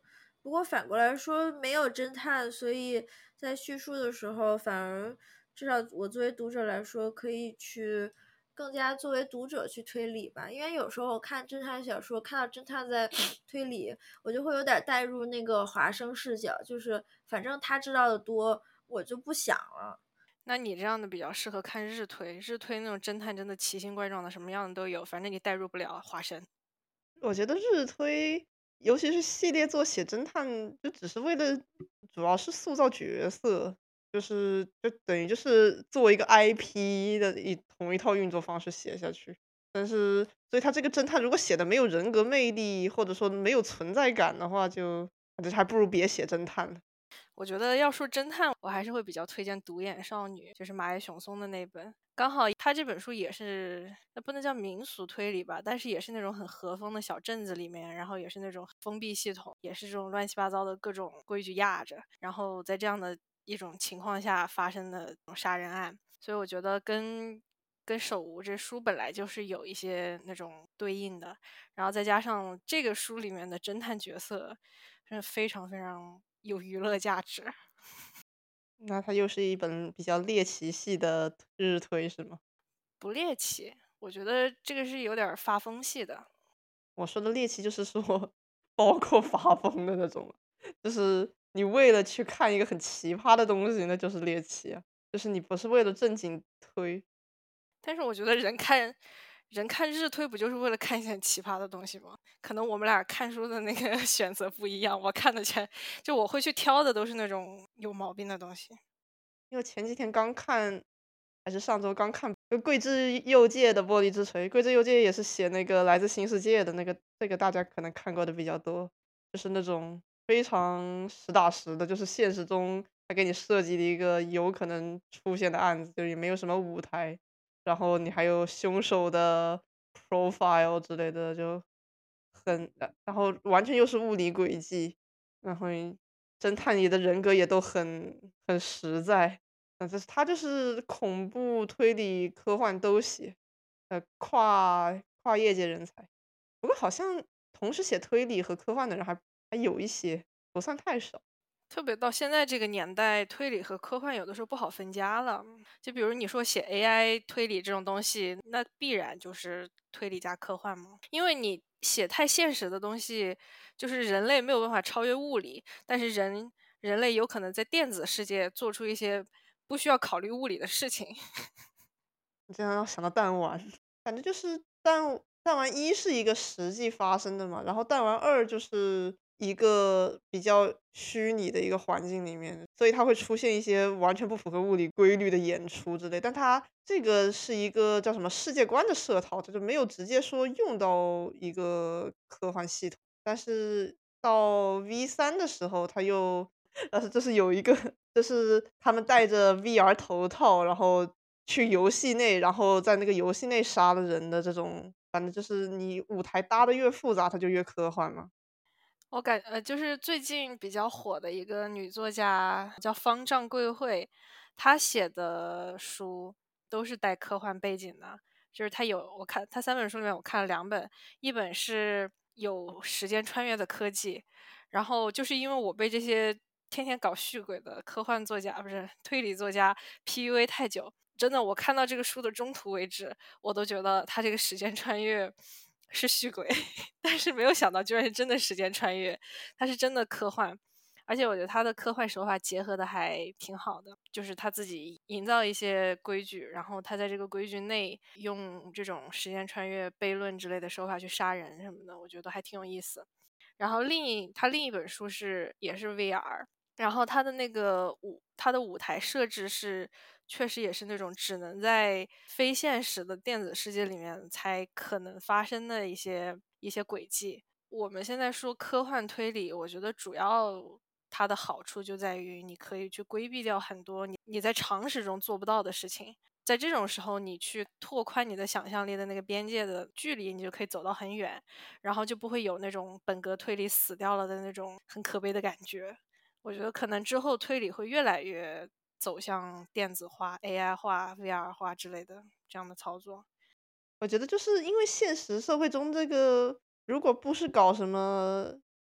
不过反过来说，没有侦探，所以在叙述的时候，反而至少我作为读者来说，可以去更加作为读者去推理吧。因为有时候看侦探小说，看到侦探在推理，我就会有点带入那个华生视角，就是反正他知道的多，我就不想了。 那你这样的比较适合看日推，日推那种侦探真的奇形怪状的，什么样的都有，反正你代入不了华生。 我觉得日推，尤其是系列作写侦探，就只是为了主要是塑造角色，就等于就是做一个 IP 的同一套运作方式写下去。但是，所以他这个侦探如果写的没有人格魅力，或者说没有存在感的话，就还不如别写侦探了。 我觉得要说侦探，我还是会比较推荐《独眼少女》，就是马野雄松的那本。刚好他这本书也是，那不能叫民俗推理吧，但是也是那种很和风的小镇子里面，然后也是那种封闭系统，也是这种乱七八糟的各种规矩压着，然后在这样的一种情况下发生的杀人案，所以我觉得跟手无这书本来就是有一些那种对应的，然后再加上这个书里面的侦探角色，真的非常非常有娱乐价值。 那它又是一本比较猎奇系的日推是吗？ 不猎奇，我觉得这个是有点发疯系的。 我说的猎奇就是说包括发疯的那种，就是你为了去看一个很奇葩的东西，那就是猎奇啊。就是你不是为了正经推。 但是我觉得人看日推不就是为了看一些很奇葩的东西吗？可能我们俩看书的那个选择不一样，我看的就我会去挑的都是那种有毛病的东西。 因为前几天刚看，还是上周刚看桂枝佑介的《玻璃之锤》，桂枝佑介也是写那个来自新世界的那个，这个大家可能看过的比较多，就是那种非常实打实的，就是现实中他给你设计的一个有可能出现的案子，就也没有什么舞台，然后你还有凶手的 profile 之类的，就然后完全又是物理轨迹，然后侦探里的人格也都很实在。他就是恐怖、推理、科幻都写，跨业界人才。不过好像同时写推理和科幻的人还有一些，不算太少。 特别到现在这个年代，推理和科幻有的时候不好分家了。就比如你说写 AI 推理这种东西，那必然就是推理加科幻嘛。因为你写太现实的东西，就是人类没有办法超越物理，但是人类有可能在电子世界做出一些不需要考虑物理的事情。 你这样让我想到弹丸，反正就是弹丸一是一个实际发生的嘛，然后弹丸二就是一个比较虚拟的一个环境里面，所以它会出现一些完全不符合物理规律的演出之类。但它这个是一个叫什么世界观的设套，它就没有直接说用到一个科幻系统。但是到 V3的时候，它又就是有一个，就是他们戴着 VR 头套，然后去游戏内，然后在那个游戏内杀了人的这种，反正就是你舞台搭的越复杂，它就越科幻嘛。 就是最近比较火的一个女作家叫方丈贵惠，她写的书都是带科幻背景的。就是我看她3本书里面，我看了2本，一本是有时间穿越的科技，然后就是因为我被这些天天搞续轨的科幻作家不是推理作家 PUA 太久，真的我看到这个书的中途为止，我都觉得他这个时间穿越是续轨。但是没有想到居然是真的时间穿越，它是真的科幻，而且我觉得他的科幻手法结合的还挺好的，就是他自己营造一些规矩，然后他在这个规矩内用这种时间穿越悖论之类的手法去杀人什么的，我觉得还挺有意思。然后他另一本书也是 VR，然后他的舞台设置确实也是那种只能在非现实的电子世界里面才可能发生的一些轨迹。我们现在说科幻推理，我觉得主要它的好处就在于你可以去规避掉很多你在常识中做不到的事情。在这种时候，你去拓宽你的想象力的那个边界的距离，你就可以走到很远，然后就不会有那种本格推理死掉了的那种很可悲的感觉。我觉得可能之后推理会越来越走向电子化、AI 化、VR 化之类的这样的操作。 我觉得就是因为现实社会中这个，如果不是搞什么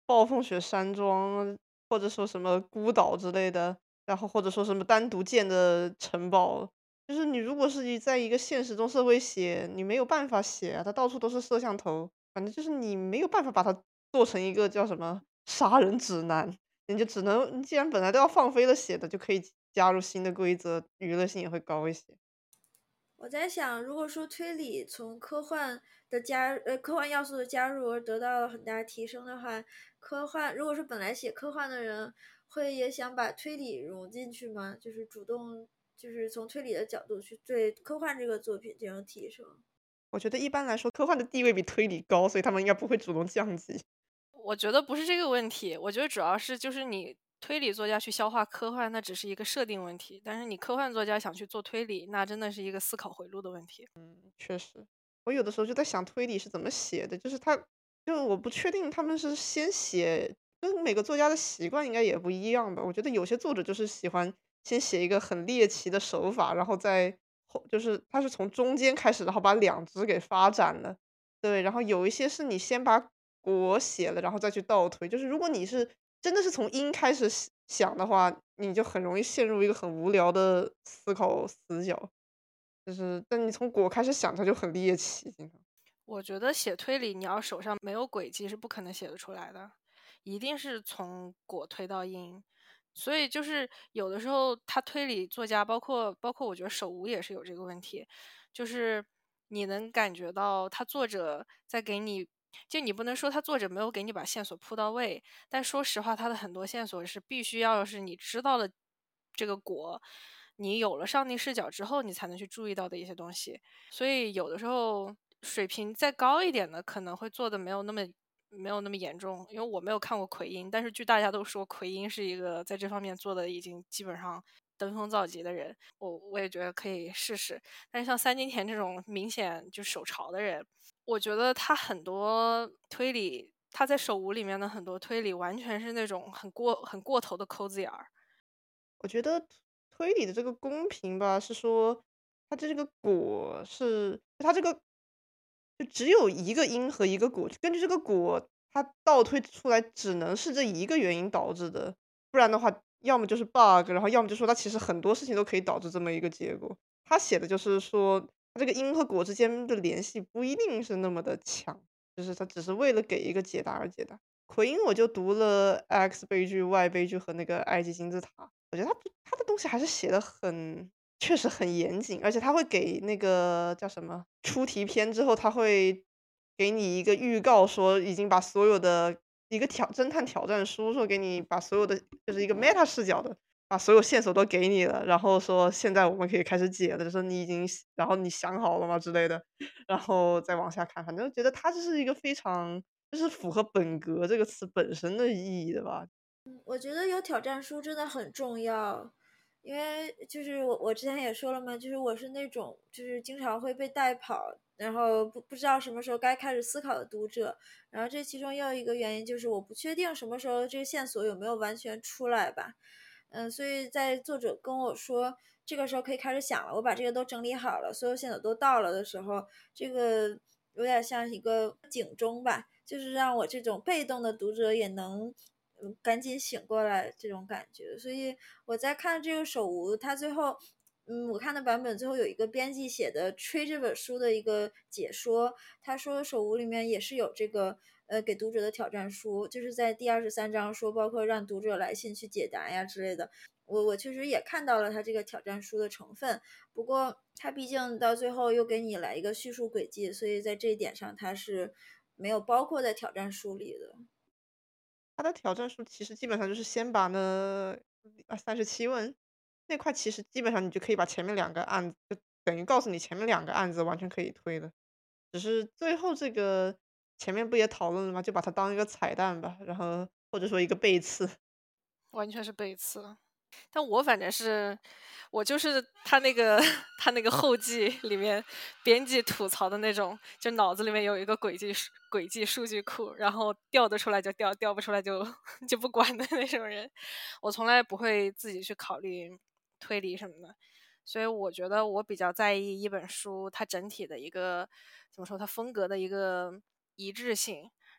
暴风雪山庄，或者说什么孤岛之类的，然后或者说什么单独建的城堡。就是你如果是在一个现实中社会写，你没有办法写啊，它到处都是摄像头，反正就是你没有办法把它做成一个叫什么杀人指南，你就只能你既然本来都要放飞了写的，就可以加入新的规则，娱乐性也会高一些。 我在想，如果说推理从科幻要素的加入而得到了很大提升的话，如果是本来写科幻的人，会也想把推理融进去吗？就是主动就是从推理的角度去对科幻这个作品进行提升。 我觉得一般来说，科幻的地位比推理高，所以他们应该不会主动降级。 我觉得不是这个问题，我觉得主要是就是你推理作家去消化科幻，那只是一个设定问题，但是你科幻作家想去做推理，那真的是一个思考回路的问题。 确实，我有的时候就在想推理是怎么写的，就是我不确定他们是先写，跟每个作家的习惯应该也不一样吧。我觉得有些作者就是喜欢先写一个很猎奇的手法，然后就是他是从中间开始，然后把两支给发展了。对，然后有一些是你先把果写了，然后再去倒推。就是如果你是真的是从因开始想的话，你就很容易陷入一个很无聊的思考死角。但你从果开始想，它就很猎奇。经常我觉得写推理，你要手上没有轨迹是不可能写得出来的，一定是从果推到因。所以就是有的时候，他推理作家，包括我觉得手无也是有这个问题，就是你能感觉到他作者在给你，就你不能说他作者没有给你把线索铺到位，但说实话，他的很多线索是必须要是你知道了这个果，你有了上帝视角之后，你才能去注意到的一些东西。所以有的时候水平再高一点的可能会做的没有那么严重，因为我没有看过奎因，但是据大家都说奎因是一个在这方面做的已经基本上登峰造极的人，我也觉得可以试试。但是像三金田这种明显就手潮的人，我觉得他很多推理，他在手无里面的很多推理完全是那种很过头的抠字眼儿。 我觉得推理的这个公平吧，是说它这个果是它这个就只有一个因和一个果，根据这个果，它倒推出来只能是这一个原因导致的，不然的话，要么就是 bug，然后要么就说它其实很多事情都可以导致这么一个结果。他写的就是说，它这个因和果之间的联系不一定是那么的强，就是它只是为了给一个解答而解答。奎因我就读了 X 悲剧、Y 悲剧和那个埃及金字塔，我觉得他的东西还是写的确实很严谨，而且他会给那个叫什么出题篇之后，他会给你一个预告，说已经把所有的一个侦探挑战书，说给你把所有的就是一个 meta 视角的，把所有线索都给你了，然后说现在我们可以开始解了，就说然后你想好了吗之类的，然后再往下看，反正觉得他这是一个非常就是符合本格这个词本身的意义的吧。 我觉得有挑战书真的很重要，因为就是我之前也说了嘛，就是我是那种就是经常会被带跑，然后不知道什么时候该开始思考的读者。然后这其中又有一个原因就是我不确定什么时候这个线索有没有完全出来吧。所以在作者跟我说这个时候可以开始想了，我把这个都整理好了，所有线索都到了的时候，这个有点像一个警钟吧，就是让我这种被动的读者也能赶紧醒过来这种感觉。所以我在看这个手无，他最后我看的版本最后有一个编辑写的吹这本书的一个解说，他说手无里面也是有这个给读者的挑战书，就是在第23章说，包括让读者来信去解答呀之类的。我确实也看到了他这个挑战书的成分，不过他毕竟到最后又给你来一个叙述轨迹，所以在这一点上他是没有包括在挑战书里的。 他的挑战书其实基本上就是先把37问那块，其实基本上你就可以把前面两个案子，就等于告诉你前面两个案子完全可以推的，只是最后这个前面不也讨论了吗？就把它当一个彩蛋吧，然后或者说一个背刺。 完全是背刺。但我反正是，我就是他那个他那个后记里面编辑吐槽的那种，就脑子里面有一个轨迹数据库，然后调得出来就调，调不出来就就不管的那种人。我从来不会自己去考虑推理什么的，所以我觉得我比较在意一本书它整体的一个怎么说，它风格的一个一致性。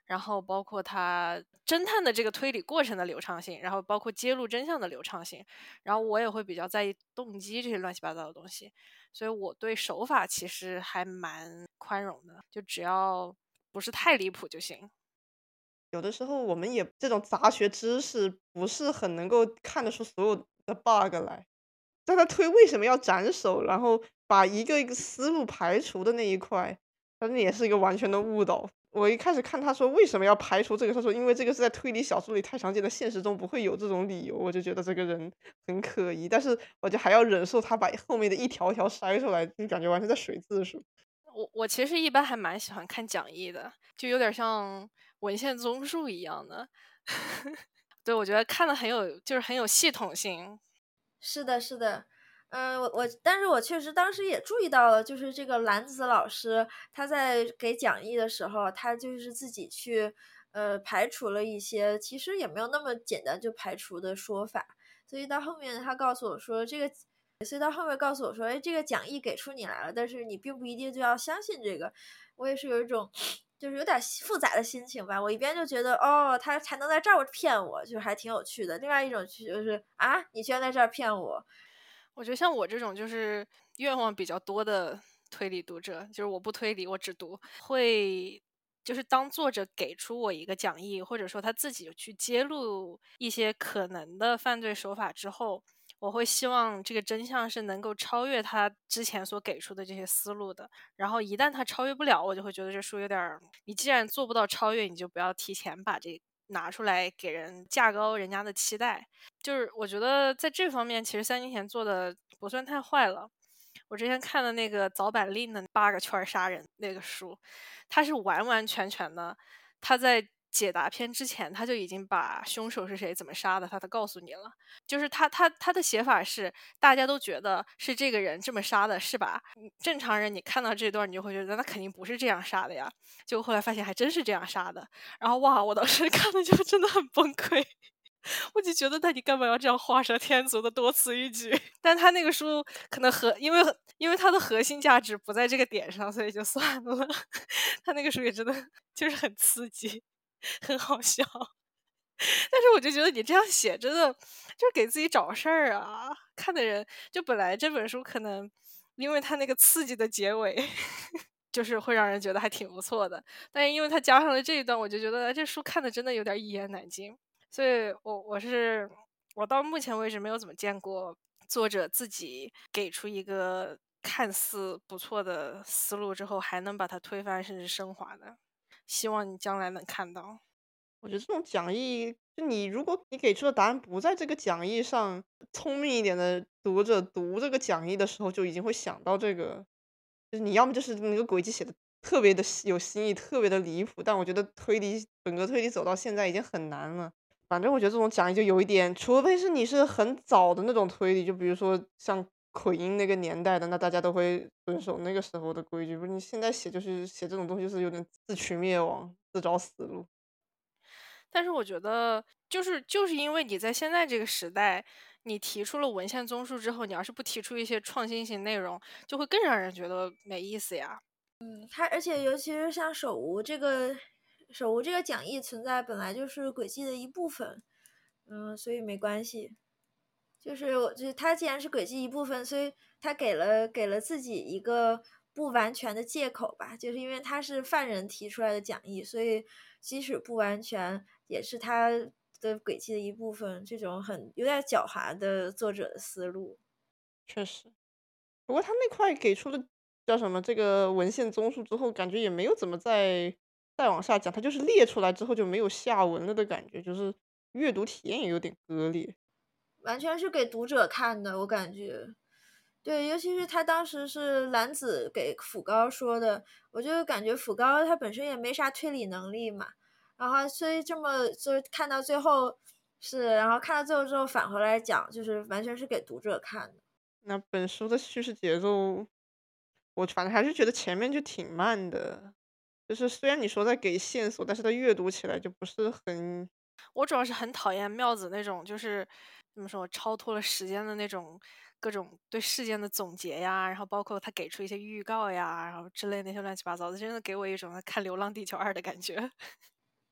然后包括他侦探的这个推理过程的流畅性，然后包括揭露真相的流畅性，然后我也会比较在意动机这些乱七八糟的东西，所以我对手法其实还蛮宽容的，就只要不是太离谱就行。 有的时候我们也这种杂学知识不是很能够看得出所有的 bug 来。在他推为什么要斩首，然后把一个一个思路排除的那一块，他那也是一个完全的误导。我一开始看他说为什么要排除这个，他说因为这个是在推理小说里太常见的，现实中不会有这种理由，我就觉得这个人很可疑。但是我就还要忍受他把后面的一条条筛出来，就感觉完全在水字数。 我其实一般还蛮喜欢看讲义的，就有点像文献综述一样的。对，我觉得看的就是很有系统性。 是的，是的，但是我确实当时也注意到了，就是这个兰子老师他在给讲义的时候，他就是自己去排除了一些其实也没有那么简单就排除的说法，所以到后面他告诉我说这个。所以到后面告诉我说，哎，这个讲义给出你来了，但是你并不一定就要相信这个。我也是有一种，就是有点复杂的心情吧。我一边就觉得，哦，他才能在这儿骗我，就还挺有趣的；另外一种就是啊，你居然在这儿骗我。 我觉得像我这种就是愿望比较多的推理读者，就是我不推理，我只读，会就是当作者给出我一个讲义，或者说他自己去揭露一些可能的犯罪手法之后，我会希望这个真相是能够超越他之前所给出的这些思路的。然后一旦他超越不了，我就会觉得这书有点儿，你既然做不到超越，你就不要提前把这拿出来给人架高人家的期待。就是我觉得在这方面，其实三年前做的不算太坏了。我之前看的那个早坂令的《八个圈杀人》那个书，他是完完全全的，他在解答篇之前，他就已经把凶手是谁、怎么杀的，他都告诉你了。就是他的写法是，大家都觉得是这个人这么杀的，是吧？正常人你看到这段，你就会觉得那肯定不是这样杀的呀。结果后来发现还真是这样杀的，然后哇，我当时看了就真的很崩溃。我就觉得，那你干嘛要这样画蛇添足的多此一举？但他那个书可能因为它的核心价值不在这个点上，所以就算了。他那个书也真的就是很刺激，很好笑。但是我就觉得你这样写真的就是给自己找事儿啊！看的人就本来这本书可能因为它那个刺激的结尾，就是会让人觉得还挺不错的，但是因为它加上了这一段，我就觉得这书看的真的有点一言难尽。所以我到目前为止没有怎么见过作者自己给出一个看似不错的思路之后，还能把它推翻甚至升华的。希望你将来能看到。 我觉得这种讲义，就如果你给出的答案不在这个讲义上，聪明一点的读者读这个讲义的时候就已经会想到这个，就是你要么就是那个轨迹写的特别的有新意，特别的离谱，但我觉得本格推理走到现在已经很难了。反正我觉得这种讲义就有一点，除非是你是很早的那种推理，就比如说像奎因那个年代的，那大家都会遵守那个时候的规矩。不是你现在写这种东西，就是有点自取灭亡，自找死路。 但是我觉得，就是因为你在现在这个时代，你提出了文献综述之后，你要是不提出一些创新型内容，就会更让人觉得没意思呀。 而且尤其是像手无这个讲义存在，本来就是轨迹的一部分，所以没关系。就是我觉得他既然是轨迹一部分，所以他给了自己一个不完全的借口吧，就是因为他是犯人提出来的讲义，所以即使不完全，也是他的轨迹的一部分。这种有点狡猾的作者的思路。 确实。不过他那块给出的叫什么这个文献综述之后，感觉也没有怎么再往下讲，他就是列出来之后就没有下文了的感觉，就是阅读体验也有点割裂。 完全是给读者看的，我感觉。对，尤其是他当时是兰子给福高说的，我就感觉福高他本身也没啥推理能力嘛，然后所以就看到最后然后看到最后之后返回来讲，就是完全是给读者看的。 那本书的叙事节奏，我反正还是觉得前面就挺慢的，就是虽然你说在给线索，但是它阅读起来就不是很。 我主要是很讨厌妙子那种，就是怎么说，超脱了时间的那种各种对事件的总结呀，然后包括他给出一些预告呀，然后之类那些乱七八糟的，真的给我一种看《流浪地球2》的感觉。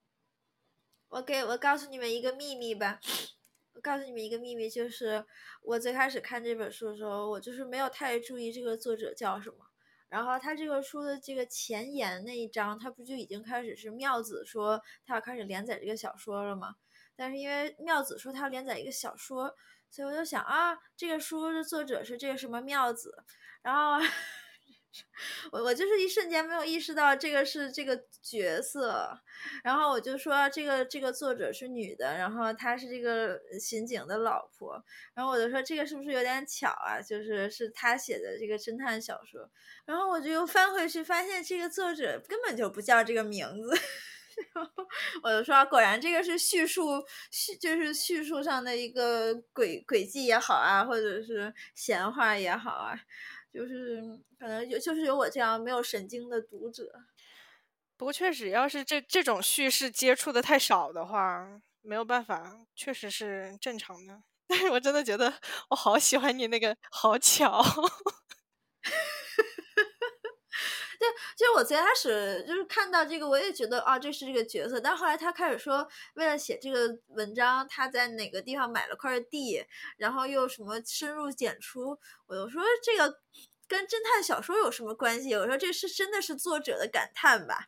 我告诉你们一个秘密吧，我告诉你们一个秘密，就是我最开始看这本书的时候，我就是没有太注意这个作者叫什么。然后他这个书的这个前言那一章，他不就已经开始是妙子说他要开始连载这个小说了吗？但是因为妙子说他要连载一个小说，所以我就想啊，这个书的作者是这个什么妙子，然后我就是一瞬间没有意识到这个是这个角色，然后我就说这个作者是女的，然后她是这个刑警的老婆，然后我就说这个是不是有点巧啊？是他写的这个侦探小说，然后我就又翻回去发现这个作者根本就不叫这个名字。我就说，果然这个是就是叙述上的一个轨迹也好啊，或者是闲话也好啊，就是可能就是有我这样没有神经的读者。 不过确实，要是这种叙事接触的太少的话，没有办法，确实是正常的。但是我真的觉得我好喜欢你那个，好巧。 对，就是我最开始就是看到这个，我也觉得啊，这是这个角色。但后来他开始说，为了写这个文章，他在哪个地方买了块地，然后又什么深入简出，我就说这个跟侦探小说有什么关系？我说这是真的是作者的感叹吧。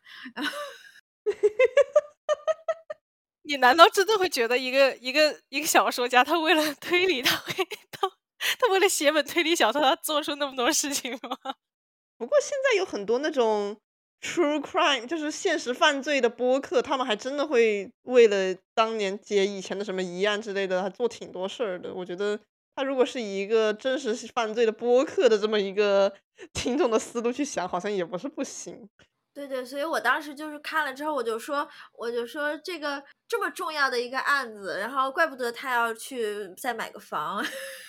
你难道真的会觉得一个小说家，他为了推理，他为了写本推理小说，他做出那么多事情吗？ 不过现在有很多那种 true crime，就是现实犯罪的播客，他们还真的会为了当年解以前的什么疑案之类的，还做挺多事儿的。我觉得他如果是以一个真实犯罪的播客的这么一个听众的思路去想，好像也不是不行。 对对，所以我当时就是看了之后，我就说这个这么重要的一个案子，然后怪不得他要去再买个房。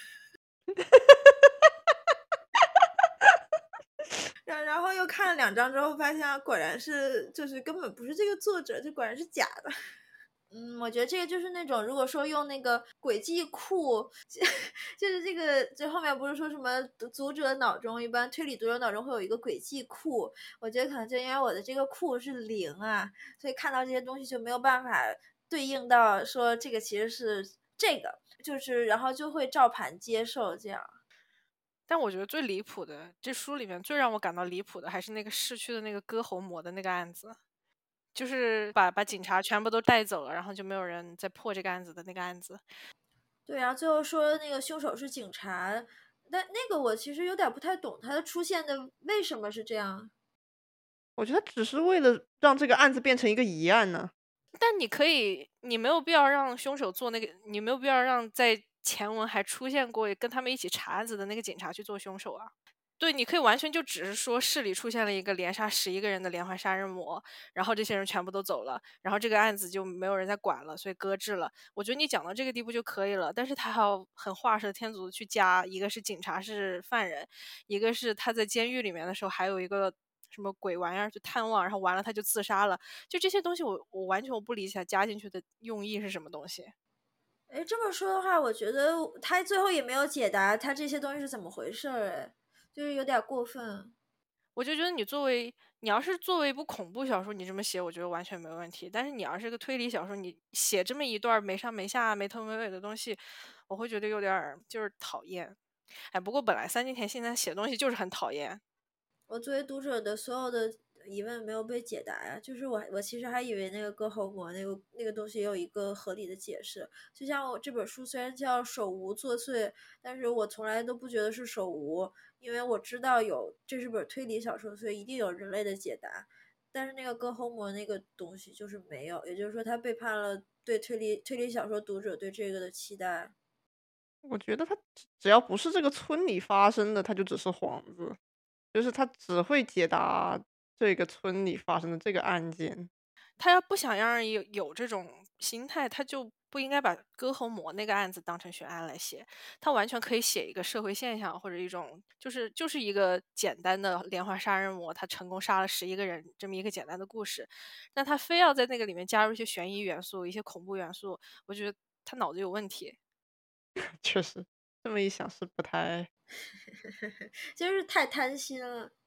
然后又看了2章之后，发现果然是就是根本不是这个作者，这果然是假的。我觉得这个就是那种，如果说用那个轨迹库，就是这个，这后面不是说什么读者脑中，一般推理读者脑中会有一个轨迹库，我觉得可能就因为我的这个库是0啊，所以看到这些东西就没有办法对应到说这个其实是这个，就是然后就会照盘接受这样。 但我觉得最离谱的，这书里面最让我感到离谱的，还是那个市区的那个割喉魔的那个案子。就是把警察全部都带走了，然后就没有人再破这个案子的那个案子。 对，然后最后说那个凶手是警察，但那个我其实有点不太懂他的出现的为什么是这样。 我觉得只是为了让这个案子变成一个疑案呢。 但你没有必要让凶手做那个，你没有必要让在前文还出现过跟他们一起查案子的那个警察去做凶手啊。对，你可以完全就只是说市里出现了一个连杀11个人的连环杀人魔，然后这些人全部都走了，然后这个案子就没有人再管了，所以搁置了。我觉得你讲到这个地步就可以了，但是他还要很画蛇添足的去加，一个是警察是犯人，一个是他在监狱里面的时候还有一个什么鬼玩意儿去探望，然后完了他就自杀了。就这些东西我完全不理解他加进去的用意是什么东西。 哎，这么说的话，我觉得他最后也没有解答他这些东西是怎么回事儿，哎，就是有点过分。 我就觉得你要是作为一部恐怖小说，你这么写，我觉得完全没问题。但是你要是个推理小说，你写这么一段没上没下、没头没尾的东西，我会觉得有点就是讨厌。哎，不过本来三津田信三写东西就是很讨厌。 我作为读者的所有的疑问没有被解答呀，就是我其实还以为那个割喉魔那个东西也有一个合理的解释，就像我这本书虽然叫手无作祟，但是我从来都不觉得是手无，因为我知道这是本推理小说，所以一定有人类的解答。但是那个割喉魔那个东西就是没有，也就是说他背叛了对推理小说读者对这个的期待。 我觉得他只要不是这个村里发生的，他就只是幌子，就是他只会解答这个村里发生的这个案件。 他要不想让人有这种心态，他就不应该把割喉魔那个案子当成悬案来写，他完全可以写一个社会现象或者一种就是一个简单的连环杀人魔，他成功杀了11个人这么一个简单的故事，但他非要在那个里面加入一些悬疑元素、一些恐怖元素，我觉得他脑子有问题。 确实，这么一想是不太。 就是太贪心了。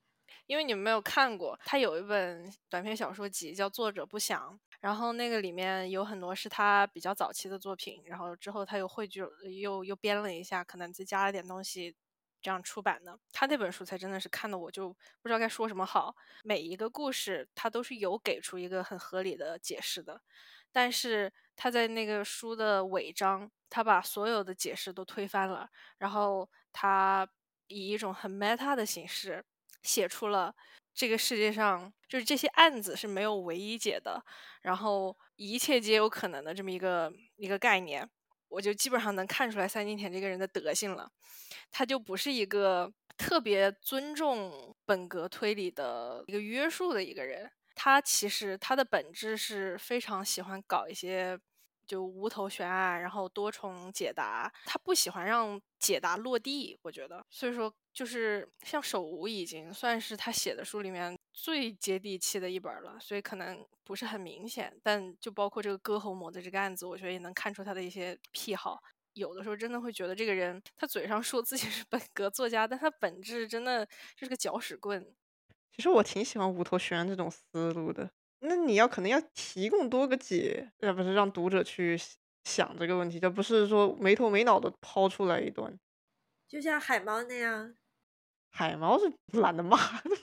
因为你们没有看过，他有一本短篇小说集叫《作者不详》，然后那个里面有很多是他比较早期的作品，然后之后他又汇聚又编了一下，可能再加了点东西，这样出版的。他那本书才真的是看的我就不知道该说什么好，每一个故事他都是有给出一个很合理的解释的，但是他在那个书的尾章，他把所有的解释都推翻了，然后他以一种很 meta 的形式写出了这个世界上就是这些案子是没有唯一解的，然后一切皆有可能的这么一个概念。我就基本上能看出来三津田这个人的德性了，他就不是一个特别尊重本格推理的一个约束的一个人，他其实他的本质是非常喜欢搞一些就无头悬案，然后多重解答，他不喜欢让解答落地，我觉得。所以说，就是像手无已经算是他写的书里面最接地气的一本了，所以可能不是很明显，但就包括这个割喉魔的这个案子，我觉得也能看出他的一些癖好。有的时候真的会觉得这个人，他嘴上说自己是本格作家，但他本质真的就是个搅屎棍。 其实我挺喜欢无头悬案这种思路的。那你可能要提供多个解，而不是让读者去想这个问题，而不是说没头没脑的抛出来一段。 就像海猫那样。 海猫是懒得骂，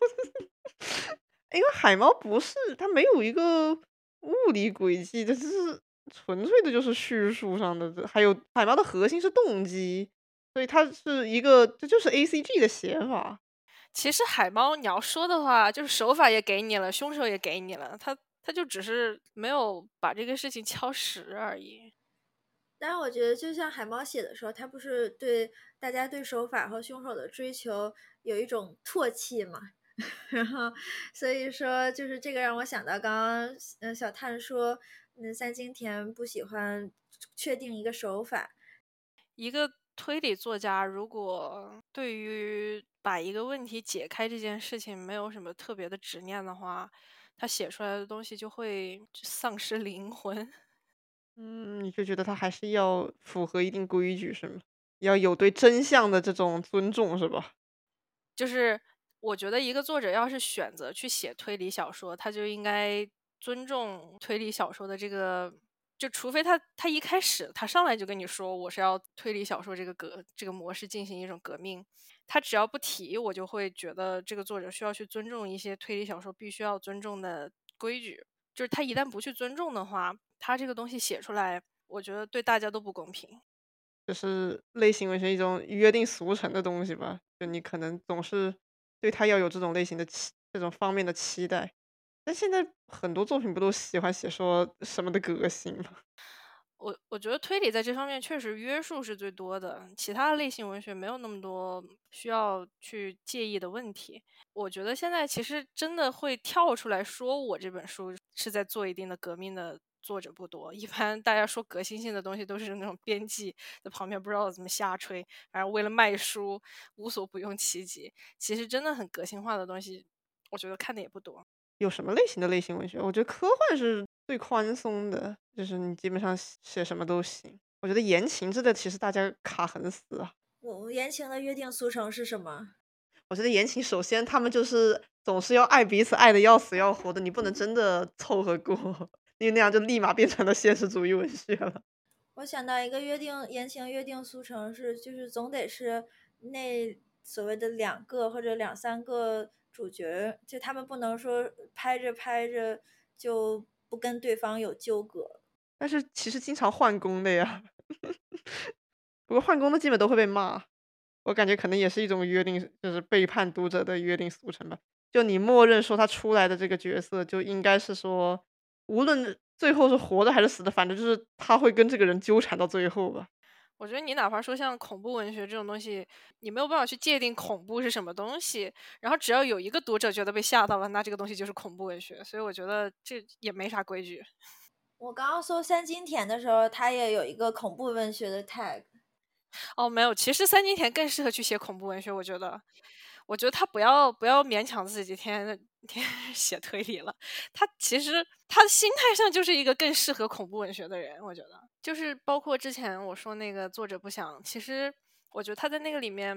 因为海猫不是它没有一个物理轨迹，这是纯粹的就是叙述上的。还有海猫的核心是动机，所以它是一个这就是 ACG 的写法。 其实海猫你要说的话，就是手法也给你了，凶手也给你了，他就只是没有把这个事情敲实而已。 但是我觉得，就像海猫写的时候，他不是对大家对手法和凶手的追求有一种唾弃嘛？然后，所以说就是这个让我想到刚刚，小探说，三津田不喜欢确定一个手法。 一个推理作家如果对于把一个问题解开这件事情没有什么特别的执念的话，他写出来的东西就会丧失灵魂。 你就觉得他还是要符合一定规矩是吗？要有对真相的这种尊重是吧？ 就是我觉得一个作者要是选择去写推理小说，他就应该尊重推理小说的这个，就除非他一开始他上来就跟你说我是要推理小说这个模式进行一种革命，他只要不提，我就会觉得这个作者需要去尊重一些推理小说必须要尊重的规矩。就是他一旦不去尊重的话，他这个东西写出来，我觉得对大家都不公平。 就是类型文学一种约定俗成的东西吧，就你可能总是对他要有这种类型的这种方面的期待。但现在很多作品不都喜欢写说什么的革新吗？ 我觉得推理在这方面确实约束是最多的，其他类型文学没有那么多需要去介意的问题。我觉得现在其实真的会跳出来说我这本书是在做一定的革命的作者不多，一般大家说革新性的东西都是那种编辑在旁边不知道怎么瞎吹，反正为了卖书无所不用其极。其实真的很革新化的东西，我觉得看的也不多。 有什么类型的类型文学？我觉得科幻是最宽松的，就是你基本上写什么都行。我觉得言情这个其实大家卡很死啊。 我言情的约定俗成是什么？ 我觉得言情首先他们就是总是要爱彼此，爱的要死要活的，你不能真的凑合过，因为那样就立马变成了现实主义文学了。 我想到一个言情约定俗成是，就是总得是那所谓的两个或者两三个主角，就他们不能说拍着拍着就不跟对方有纠葛。 但是其实经常换工的呀，不过换工的基本都会被骂。我感觉可能也是一种约定，就是背叛读者的约定俗成吧。就你默认说他出来的这个角色就应该是说，无论最后是活的还是死的，反正就是他会跟这个人纠缠到最后吧。 我觉得你哪怕说像恐怖文学这种东西，你没有办法去界定恐怖是什么东西，然后只要有一个读者觉得被吓到了，那这个东西就是恐怖文学。所以我觉得这也没啥规矩。 我刚刚搜三津田的时候，他也有一个恐怖文学的 tag。 哦，没有，其实三津田更适合去写恐怖文学，我觉得。我觉得他不要勉强自己天天写推理了，他其实他的心态上就是一个更适合恐怖文学的人，我觉得。就是包括之前我说那个作者不详，其实我觉得他在那个里面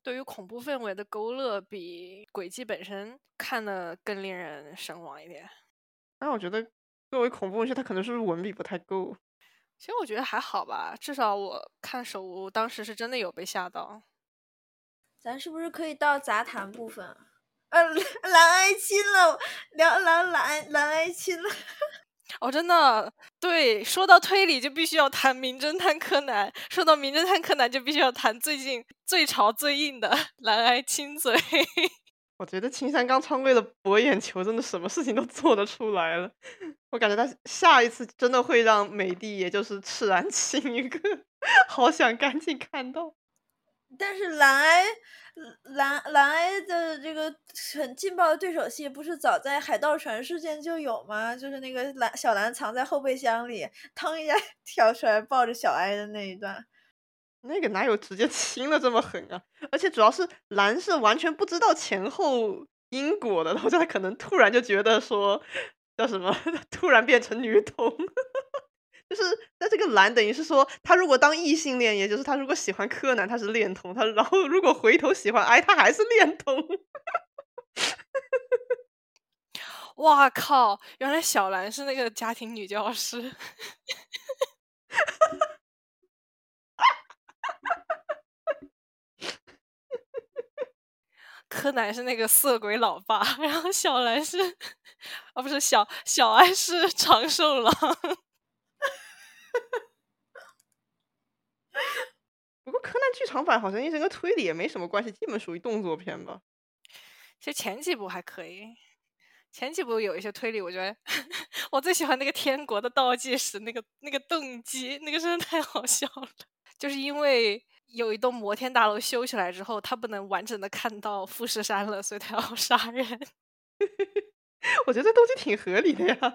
对于恐怖氛围的勾勒比轨迹本身看的更令人神往一点。 但我觉得作为恐怖文学，它可能是不是文笔不太够。 其实我觉得还好吧，至少我看手无当时是真的有被吓到。 咱是不是可以到杂谈部分啊？蓝爱亲了，聊蓝爱亲了。 哦，真的，对，说到推理就必须要谈名侦探柯南，说到名侦探柯南就必须要谈最近最潮最硬的蓝爱亲嘴。 我觉得青山刚昌为了博眼球，真的什么事情都做得出来了。我感觉他下一次真的会让美帝，也就是赤然亲一个，好想赶紧看到。 但是蓝爱的这个很劲爆的对手戏，不是早在海盗船事件就有吗？就是那个小蓝藏在后备箱里，腾一下跳出来抱着小哀的那一段。 那个哪有直接亲的这么狠啊？而且主要是蓝是完全不知道前后因果的，然后他可能突然就觉得说叫什么，突然变成女同。就是在这个蓝等于是说，他如果当异性恋，也就是他如果喜欢柯南，他是恋童，他然后如果回头喜欢哀，他还是恋童。 哇靠！原来小兰是那个家庭女教师。柯南是那个色鬼老爸，然后小兰是，不是小哀是长寿郎。 不过柯南剧场版好像一直跟推理也没什么关系，基本属于动作片吧。 其实前几部还可以，前几部有一些推理，我觉得我最喜欢那个天国的倒计时那个动机，那个真的太好笑了。就是因为有一栋摩天大楼修起来之后，他不能完整的看到富士山了，所以他要杀人。 我觉得这动机挺合理的呀。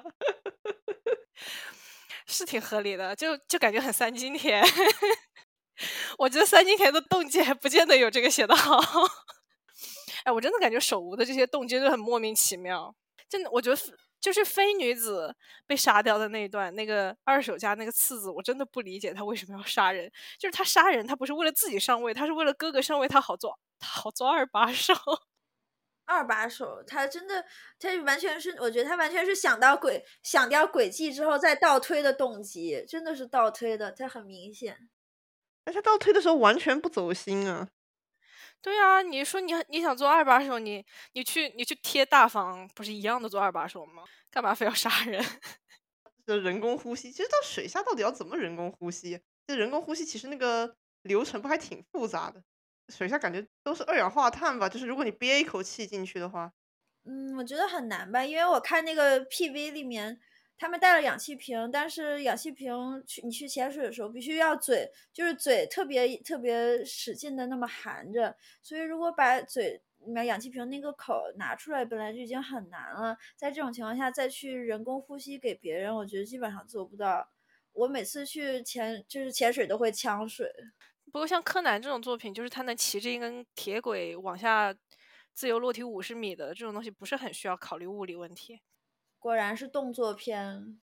是挺合理的，就感觉很三金田。我觉得三金田的动机还不见得有这个写得好。哎，我真的感觉手无的这些动机都很莫名其妙。真的，我觉得就是飞女子被杀掉的那一段，那个二手家那个次子，我真的不理解他为什么要杀人。就是他杀人，他不是为了自己上位，他是为了哥哥上位，他好做二把手。 二把手，他真的，他完全是，我觉得他完全是想掉轨迹之后再倒推的动机，真的是倒推的，他很明显。 但他倒推的时候完全不走心啊。 对啊，你说你想做二把手，你去贴大房，不是一样的做二把手吗？干嘛非要杀人？ 这人工呼吸，其实到水下到底要怎么人工呼吸？这人工呼吸其实那个流程不还挺复杂的。水下感觉都是二氧化碳吧，就是如果你憋一口气进去的话。 我觉得很难吧，因为我看那个 PV 里面，他们带了氧气瓶，但是氧气瓶你去潜水的时候必须要就是嘴特别使劲的那么含着，所以如果把嘴里面氧气瓶那个口拿出来，本来就已经很难了，在这种情况下再去人工呼吸给别人，我觉得基本上做不到。我每次去潜水都会呛水。 不过像柯南这种作品，就是他能骑着一根铁轨往下自由落体50米的这种东西，不是很需要考虑物理问题。 果然是动作片。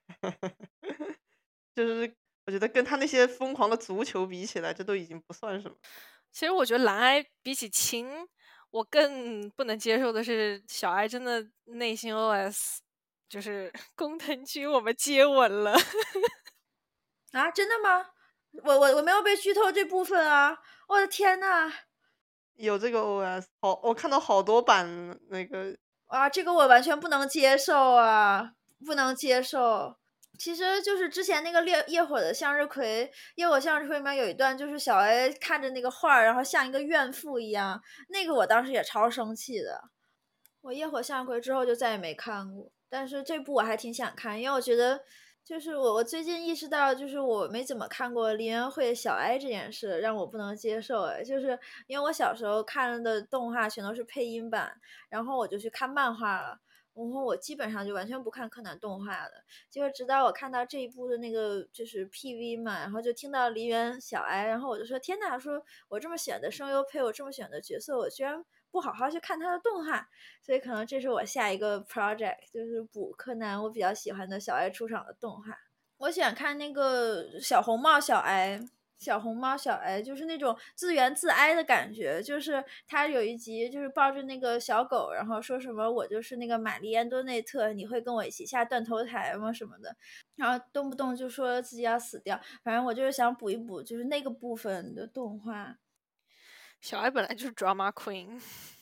就是我觉得跟他那些疯狂的足球比起来，这都已经不算什么。 其实我觉得蓝哀比起青，我更不能接受的是小哀真的内心 OS，就是工藤君我们接吻了。 啊，真的吗？我没有被剧透这部分啊！我的天呐！ 有这个 OS，好，我看到好多版那个。 啊，这个我完全不能接受啊，不能接受。其实就是之前那个夜火的向日葵，夜火向日葵里面有一段，就是小 A 看着那个画，然后像一个怨妇一样，那个我当时也超生气的。我夜火向日葵之后就再也没看过，但是这部我还挺想看，因为我觉得就是我最近意识到，就是我没怎么看过林元惠小哀这件事，让我不能接受。哎，就是因为我小时候看的动画全都是配音版，然后我就去看漫画了，然后我基本上就完全不看柯南动画的。结果直到我看到这一部的那个就是 PV 嘛，然后就听到梨园小哀，然后我就说天哪，说我这么选的声优配我这么选的角色，我居然不好好去看他的动画，所以可能这是我下一个 project， 就是补柯南我比较喜欢的小哀出场的动画。我喜欢看那个小红帽小哀， 小红帽小哀就是那种自怨自哀的感觉，就是他有一集就是抱着那个小狗，然后说什么我就是那个玛丽安多内特，你会跟我一起下断头台吗什么的，然后动不动就说自己要死掉，反正我就是想补一补就是那个部分的动画。 小哀本来就是 drama queen。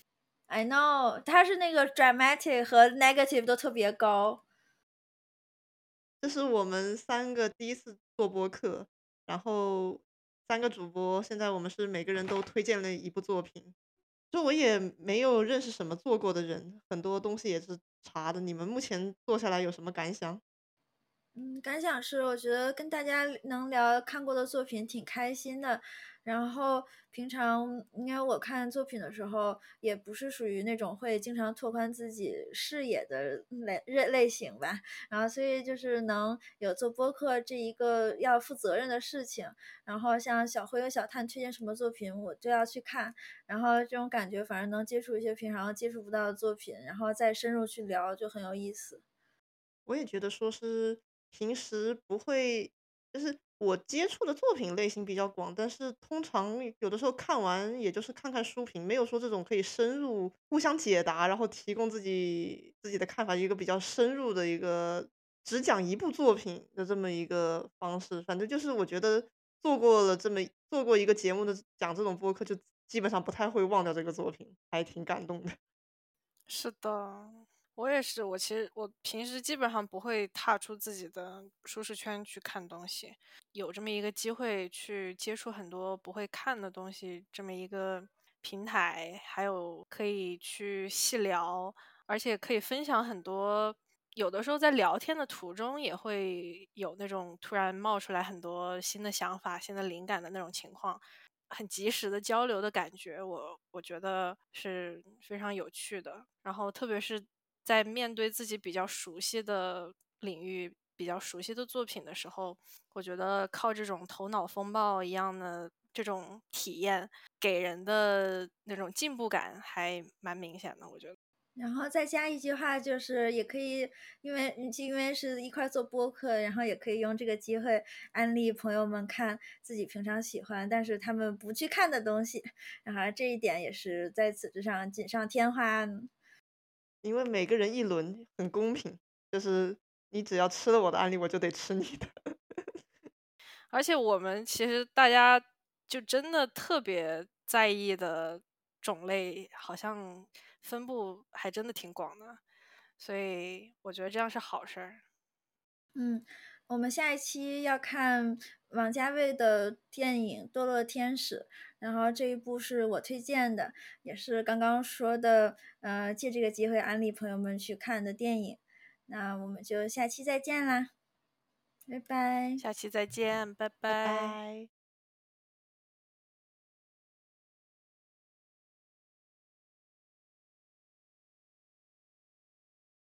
I know， 他是那个 dramatic 和 negative 都特别高。 这是我们三个第一次做播客，然后三个主播，现在我们是每个人都推荐了一部作品。就我也没有认识什么做过的人，很多东西也是查的。你们目前做下来有什么感想？ 感想是我觉得跟大家能聊看过的作品挺开心的，然后平常因为我看作品的时候也不是属于那种会经常拓宽自己视野的类型吧，然后所以就是能有做播客这一个要负责任的事情，然后像小辉和小探推荐什么作品我就要去看，然后这种感觉反而能接触一些平常接触不到的作品，然后再深入去聊就很有意思。 我也觉得说是平时不会，就是我接触的作品类型比较广，但是通常有的时候看完也就是看看书评，没有说这种可以深入互相解答，然后提供自己的看法，一个比较深入的一个只讲一部作品的这么一个方式。反正就是我觉得做过一个节目的讲这种播客，就基本上不太会忘掉这个作品，还挺感动的。 是的，我也是。我平时基本上不会踏出自己的舒适圈去看东西，有这么一个机会去接触很多不会看的东西，这么一个平台，还有可以去细聊，而且可以分享很多。有的时候在聊天的途中也会有那种突然冒出来很多新的想法、新的灵感的那种情况。很及时的交流的感觉，我觉得是非常有趣的。然后特别是在面对自己比较熟悉的领域、比较熟悉的作品的时候，我觉得靠这种头脑风暴一样的这种体验，给人的那种进步感还蛮明显的，我觉得。 然后再加一句话，就是也可以，因为是一块做播客，然后也可以用这个机会安利朋友们看自己平常喜欢，但是他们不去看的东西，然后这一点也是在此之上锦上添花。 因为每个人一轮很公平，就是你只要吃了我的案例，我就得吃你的。 而且我们其实大家就真的特别在意的种类，好像分布还真的挺广的，所以我觉得这样是好事儿。 我们下一期要看王家卫的电影《堕落天使》，然后这一部是我推荐的，也是刚刚说的，借这个机会安利朋友们去看的电影。那我们就下期再见啦，拜拜。 下期再见，拜拜拜。 拜。